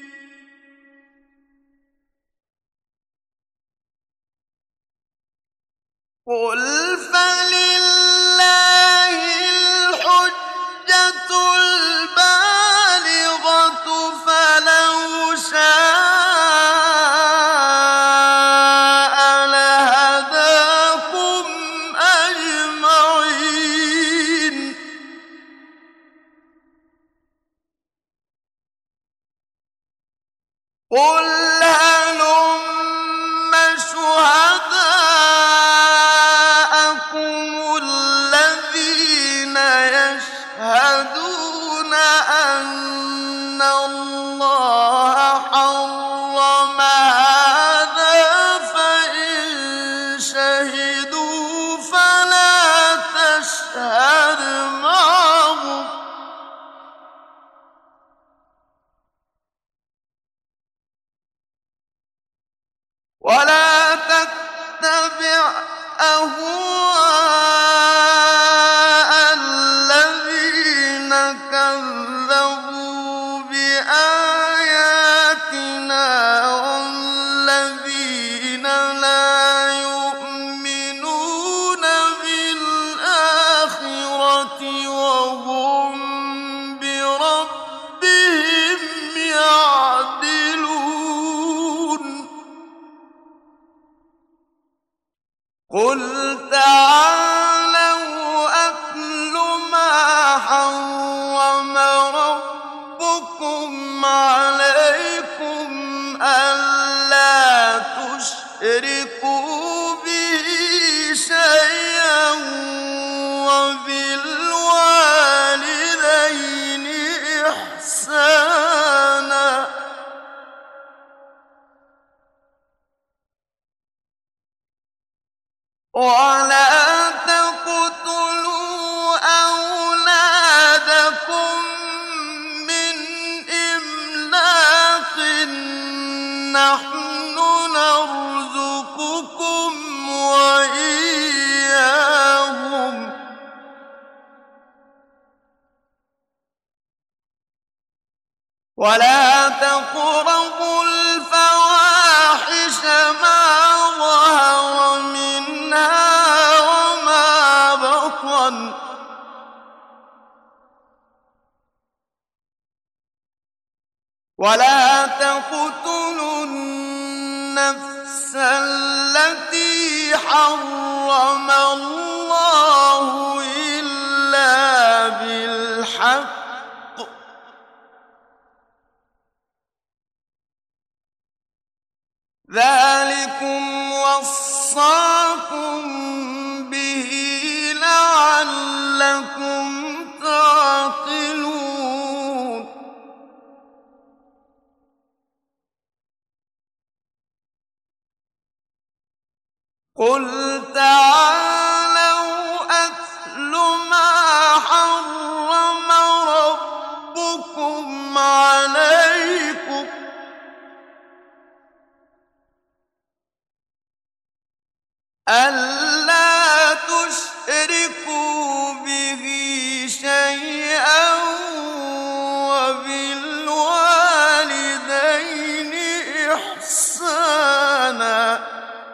قل فلله الحجة البالغة فلو شاء لهداكم أجمعين قل هلم شهداءكم الذين يشهدون أن الله حرم هذا فإن شهدوا فلا تشهد معهم ولا تتبع أهواء الذين كذبوا بآياتنا والذين لا يؤمنون بالآخرة وهم بربهم يعدلون قل تعالوا أتل ما حرم ربكم عليكم ألا تشركوا به شيئا وبالوالدين إحسانا ولا تقتلوا أولادكم من إملاق نحن نرزقكم وإياهم ولا تقربوا الفواحش ما ولا تقتلوا النفس التي حرم الله إلا بالحق ذلكم وصاكم به لعلكم تعقلون قل تعالوا أتل ما حرم ربكم عليكم ألا تشركوا به شيئا وبالوالدين إحسانا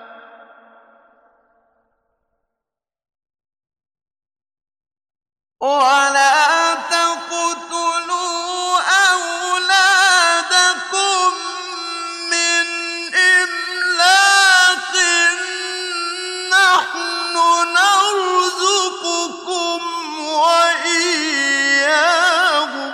ولا تقتلوا أولادكم من إملاق نحن نرزقكم وإياهم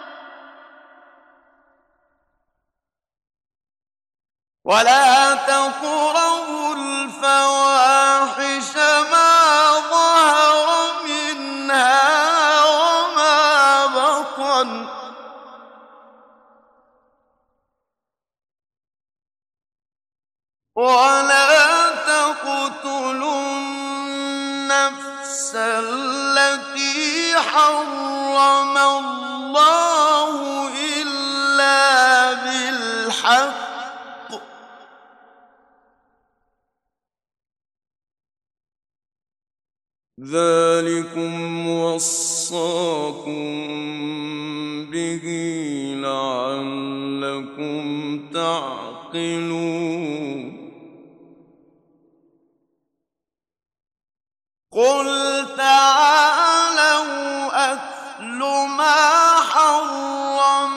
ولا تقربوا الفواحش ما ظهر منها وما بطن ولا تقتلوا النفس التي حرم الله إلا بالحق ذلكم وصاكم به لعلكم تعقلون قل تعالوا أتل ما حرم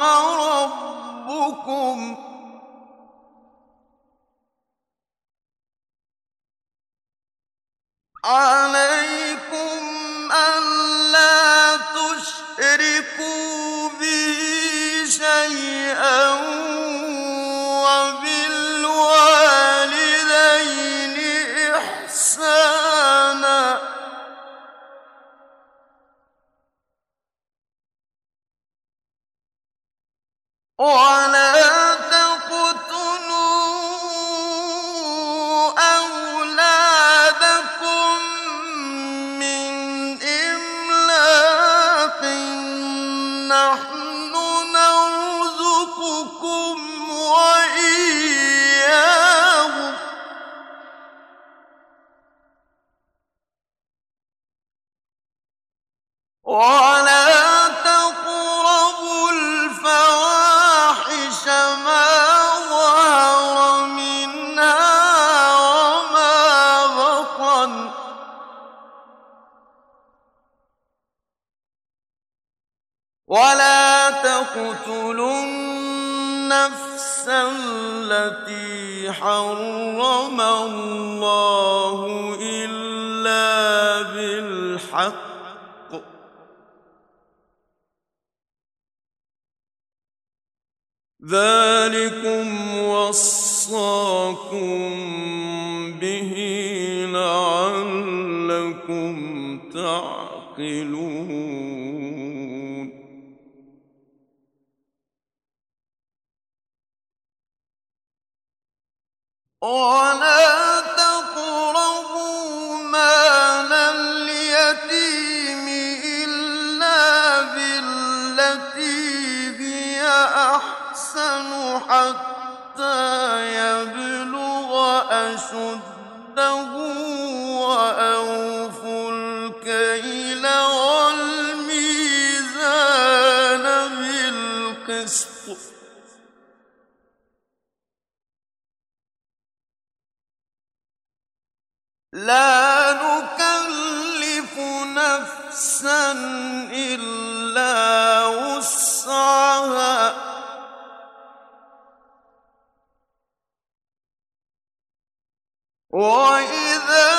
ربكم عليكم ألا تشركوا به شيئا وبالوالدين إحسانا ولا تقتلوا أولادكم من إملاق نحن نرزقكم وإياهم ولا تقربوا الفواحش ما ظهر منها وما بطن ولا تقتلوا النفس التي حرم الله إلا بالحق ذلكم وصاكم به لعلكم تعقلون ولا تقربوا مال اليتيم إلا بالتي هي أحسن حتى يبلغ أشده وأوفوا الكيل والميزان بالقسط لا نكلف نفسا نفسا إلا وسعها وإذا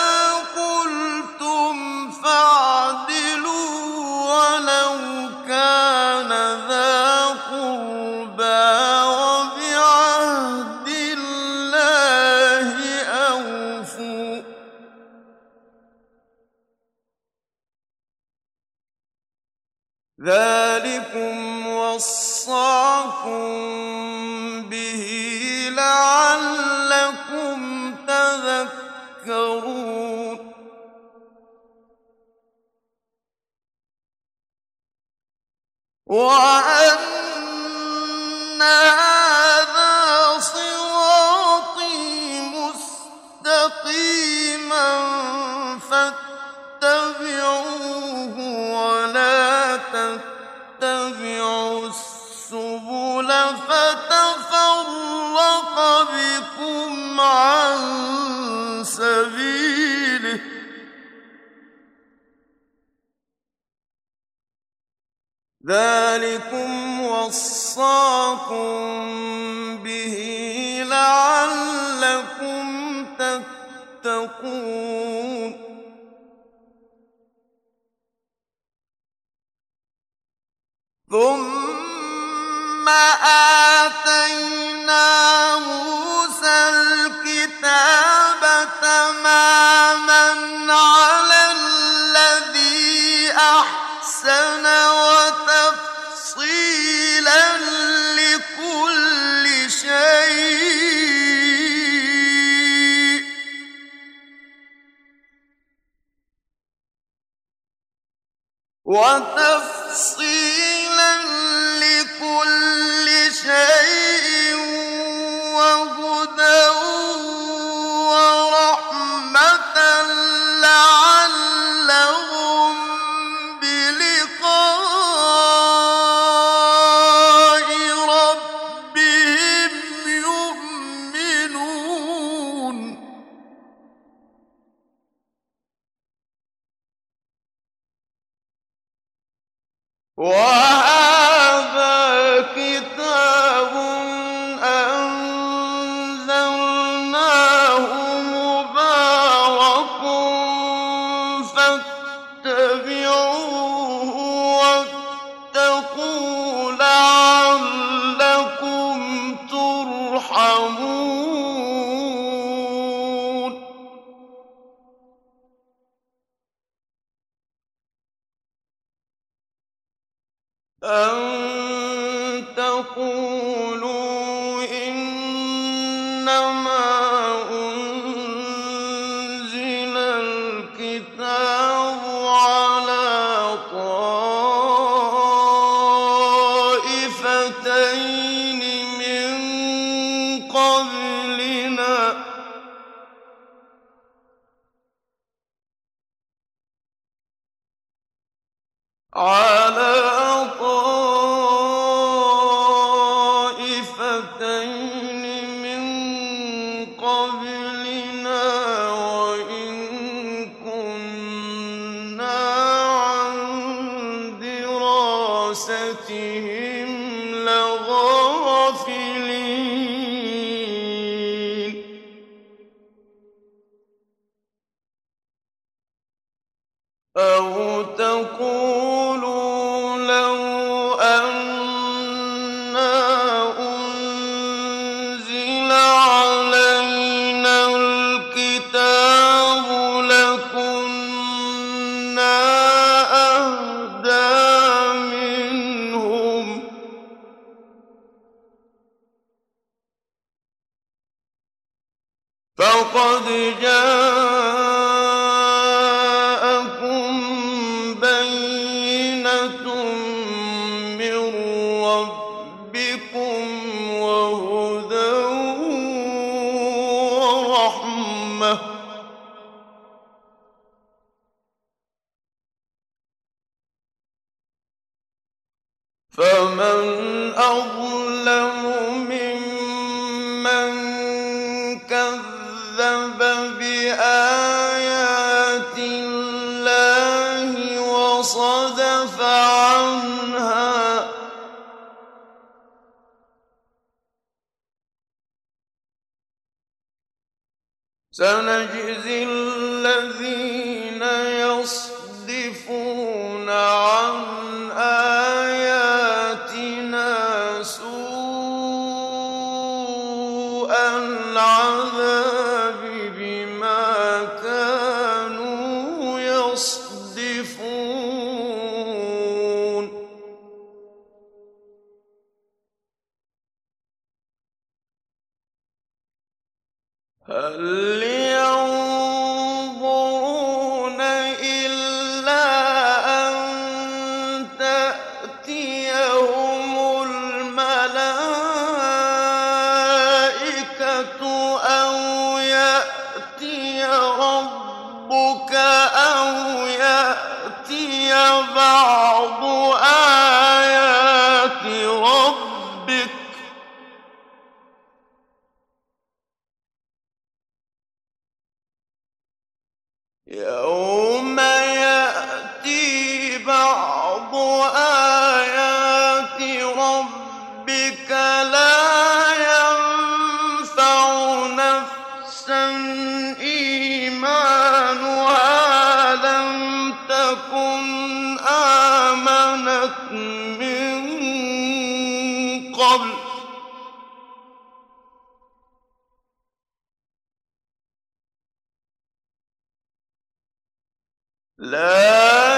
قلتم فاعدلوا ولو كان ذا قربى وبعهد الله أوفوا ذلكم وصاكم به لعلكم تذكرون وأن هذا صراطي مستقيما فاتبعوه ولا تتبعوا السبل فتفرق بكم عن سبيله ذلكم وصاكم به لعلكم تتقون ثم آتينا موسى الكتاب تماما على الذي أحسن وتفصيلا لكل شيء وتفصيلا لكل شيء وهدى ورحمة لعلهم بلقاء ربهم يؤمنون وهذا كتاب أنزلناه مبارك فاتبعوه واتقوا لعلكم ترحمون أن تقولوا إنما أنزل الكتاب على طائفتين من قبلنا على طائفتين من قبلنا وإن كنا عن دراستهم لغافلين أو تقولوا لو أنا أنزل علينا الكتاب لكنا أهدى منهم فقد جاءكم بينة من ربكم وهدى ورحمة فمن أظلم ممن كذب بآيات الله وَصَدَفَ عَنْهَا سَنَجْزِي الَّذِينَ يَصْدِفُونَ عَنْ آيَاتِنَا سُوءَ الْعَذَابِ بِمَا كَانُوا يَصْدِفُونَ هَلْ يَنظُرُونَ إِلَّا أَن تَأْتِيَهُمُ الْمَلَائِكَةُ أَوْ يَأْتِيَ رَبُّكَ أَوْ يَأْتِيَ بَعْضُ آيَاتِ رَبِّكَ ۗ يَوْمَ يَأْتِي بَعْضُ آيَاتِ رَبِّكَ لَا يَنفَعُ نَفْسًا إِيمَانُهَا لَمْ تَكُنْ آمَنَتْ مِن قَبْلُ لا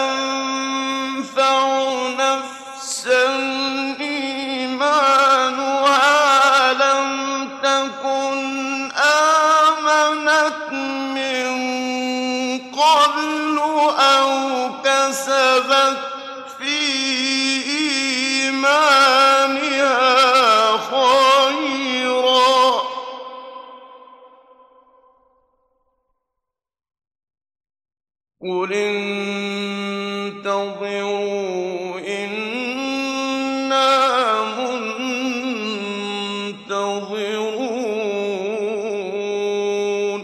ينفع نفسا إيمانها لم تكن آمنت من قبل أو كسبت في إيمانها خيرا قُلِ انتَظِرُوا إِنَّا مُنتَظِرُونَ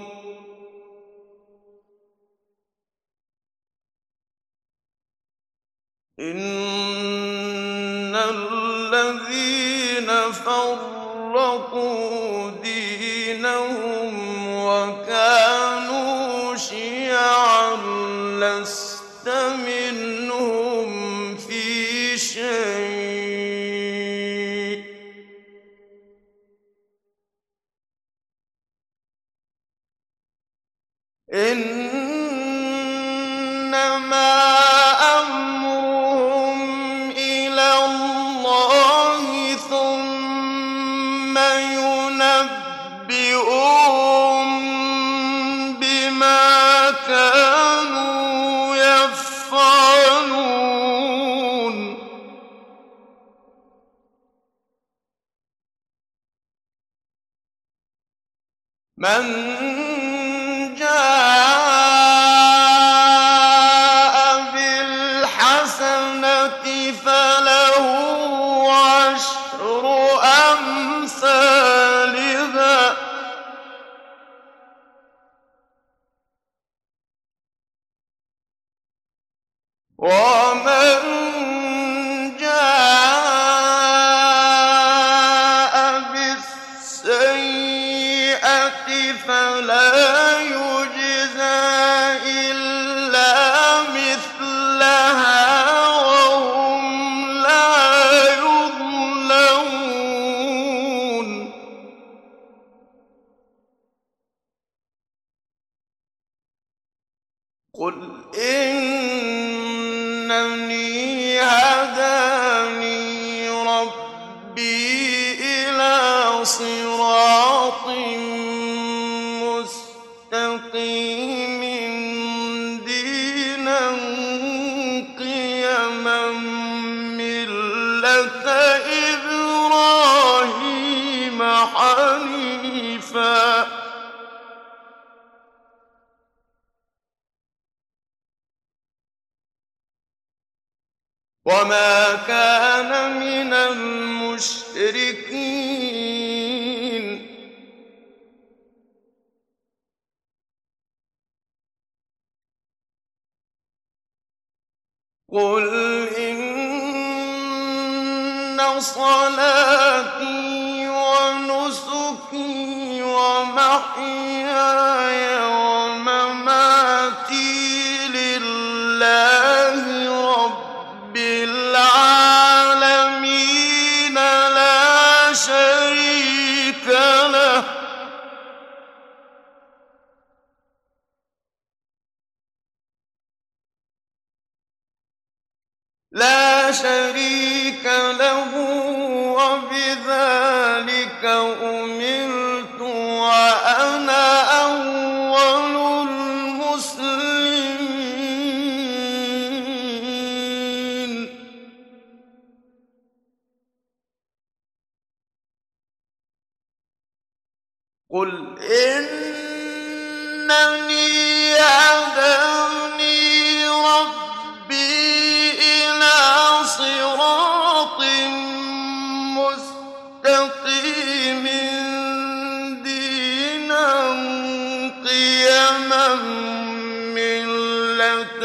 إِنَّ الَّذِينَ فَرَّقُوا دِينَهُمْ وَكَانُوا شِيَعًا لَّسْتَ مِنْهُمْ فِي شَيْءٍ ۚ إِنَّمَا أَمْرُهُمْ إِلَى اللَّهِ ثُمَّ يُنَبِّئُهُم بِمَا كَانُوا يَفْعَلُونَ مَن جَاءَ بِالْحَسَنَةِ فَلَهُ عَشْرُ أَمْثَالِهَا ۖ وَمَن جَاءَ بِالسَّيِّئَةِ فَلَا يُجْزَىٰ إِلَّا مِثْلَهَا وَهُمْ لَا يُظْلَمُونَ قُلْ إِنَّنِي هَدَانِي رَبِّي إِلَىٰ صِرَاطٍ مُّسْتَقِيمٍ دِينًا قِيَمًا مِّلَّةَ إِبْرَاهِيمَ حَنِيفًا ۖ وَمَا كَانَ مِنَ الْمُشْرِكِينَ قُلْ إِنَّ صَلَاتِي وَنُسُكِي وَمَحْيَايَ وَمَمَاتِي لِلَّهِ رَبِّ الْعَالَمِينَ لَا شَرِيكَ لَهُ لا شريك له وبذلك أمرت وأنا أول المسلمين. قل إنني هداني ربي صراط مستقيم دينا قيما ملة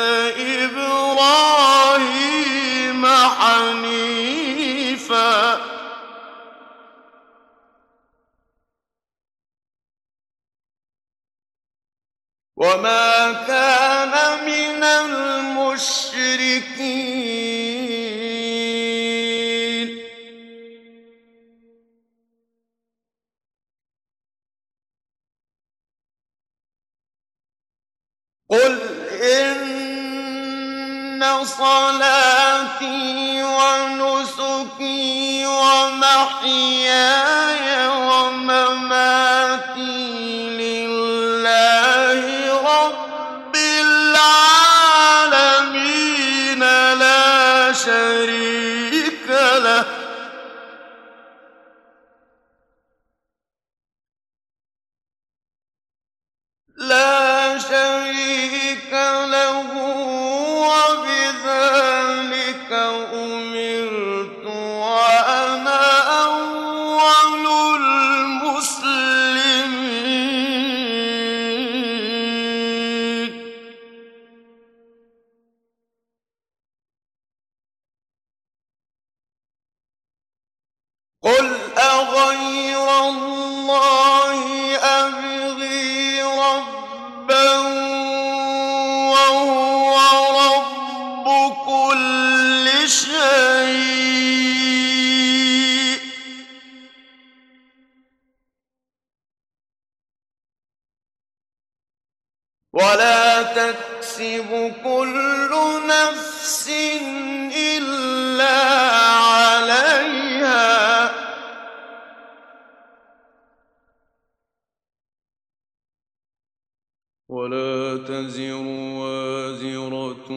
إبراهيم حنيفا وما كان من المشركين. قل إن صلاتي ونسكي ومحياي ومماتي لله رب العالمين لا شريك له لا شريك له وبذلك أمرت وأنا أول المسلمين. قل أغير الله أبغي ربا وهو رب كل شيء ولا تكسب كل نفس إلا عليها ولا تزر وازرة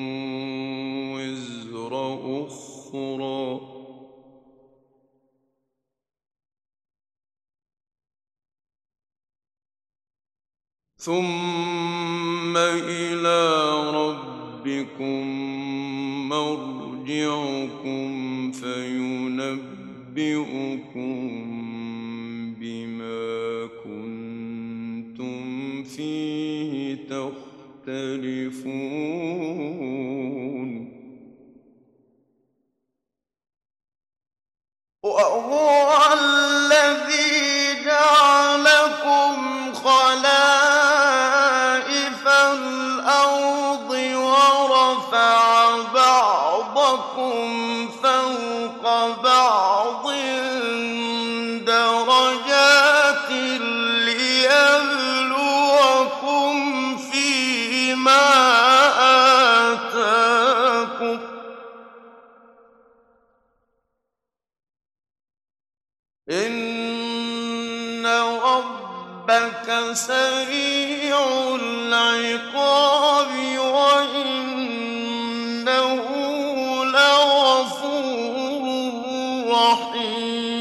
وزر أخرى ثم إلى ربكم مرجعكم فينبئكم بما كنتم فيه تختلفون. وهو الذي جعلكم خلائف الأرض ورفع بعضكم فوق بعض درجات ليبلوكم فيما آتاكم إن ربك سريع العقاب وإنه لغفور رحيم.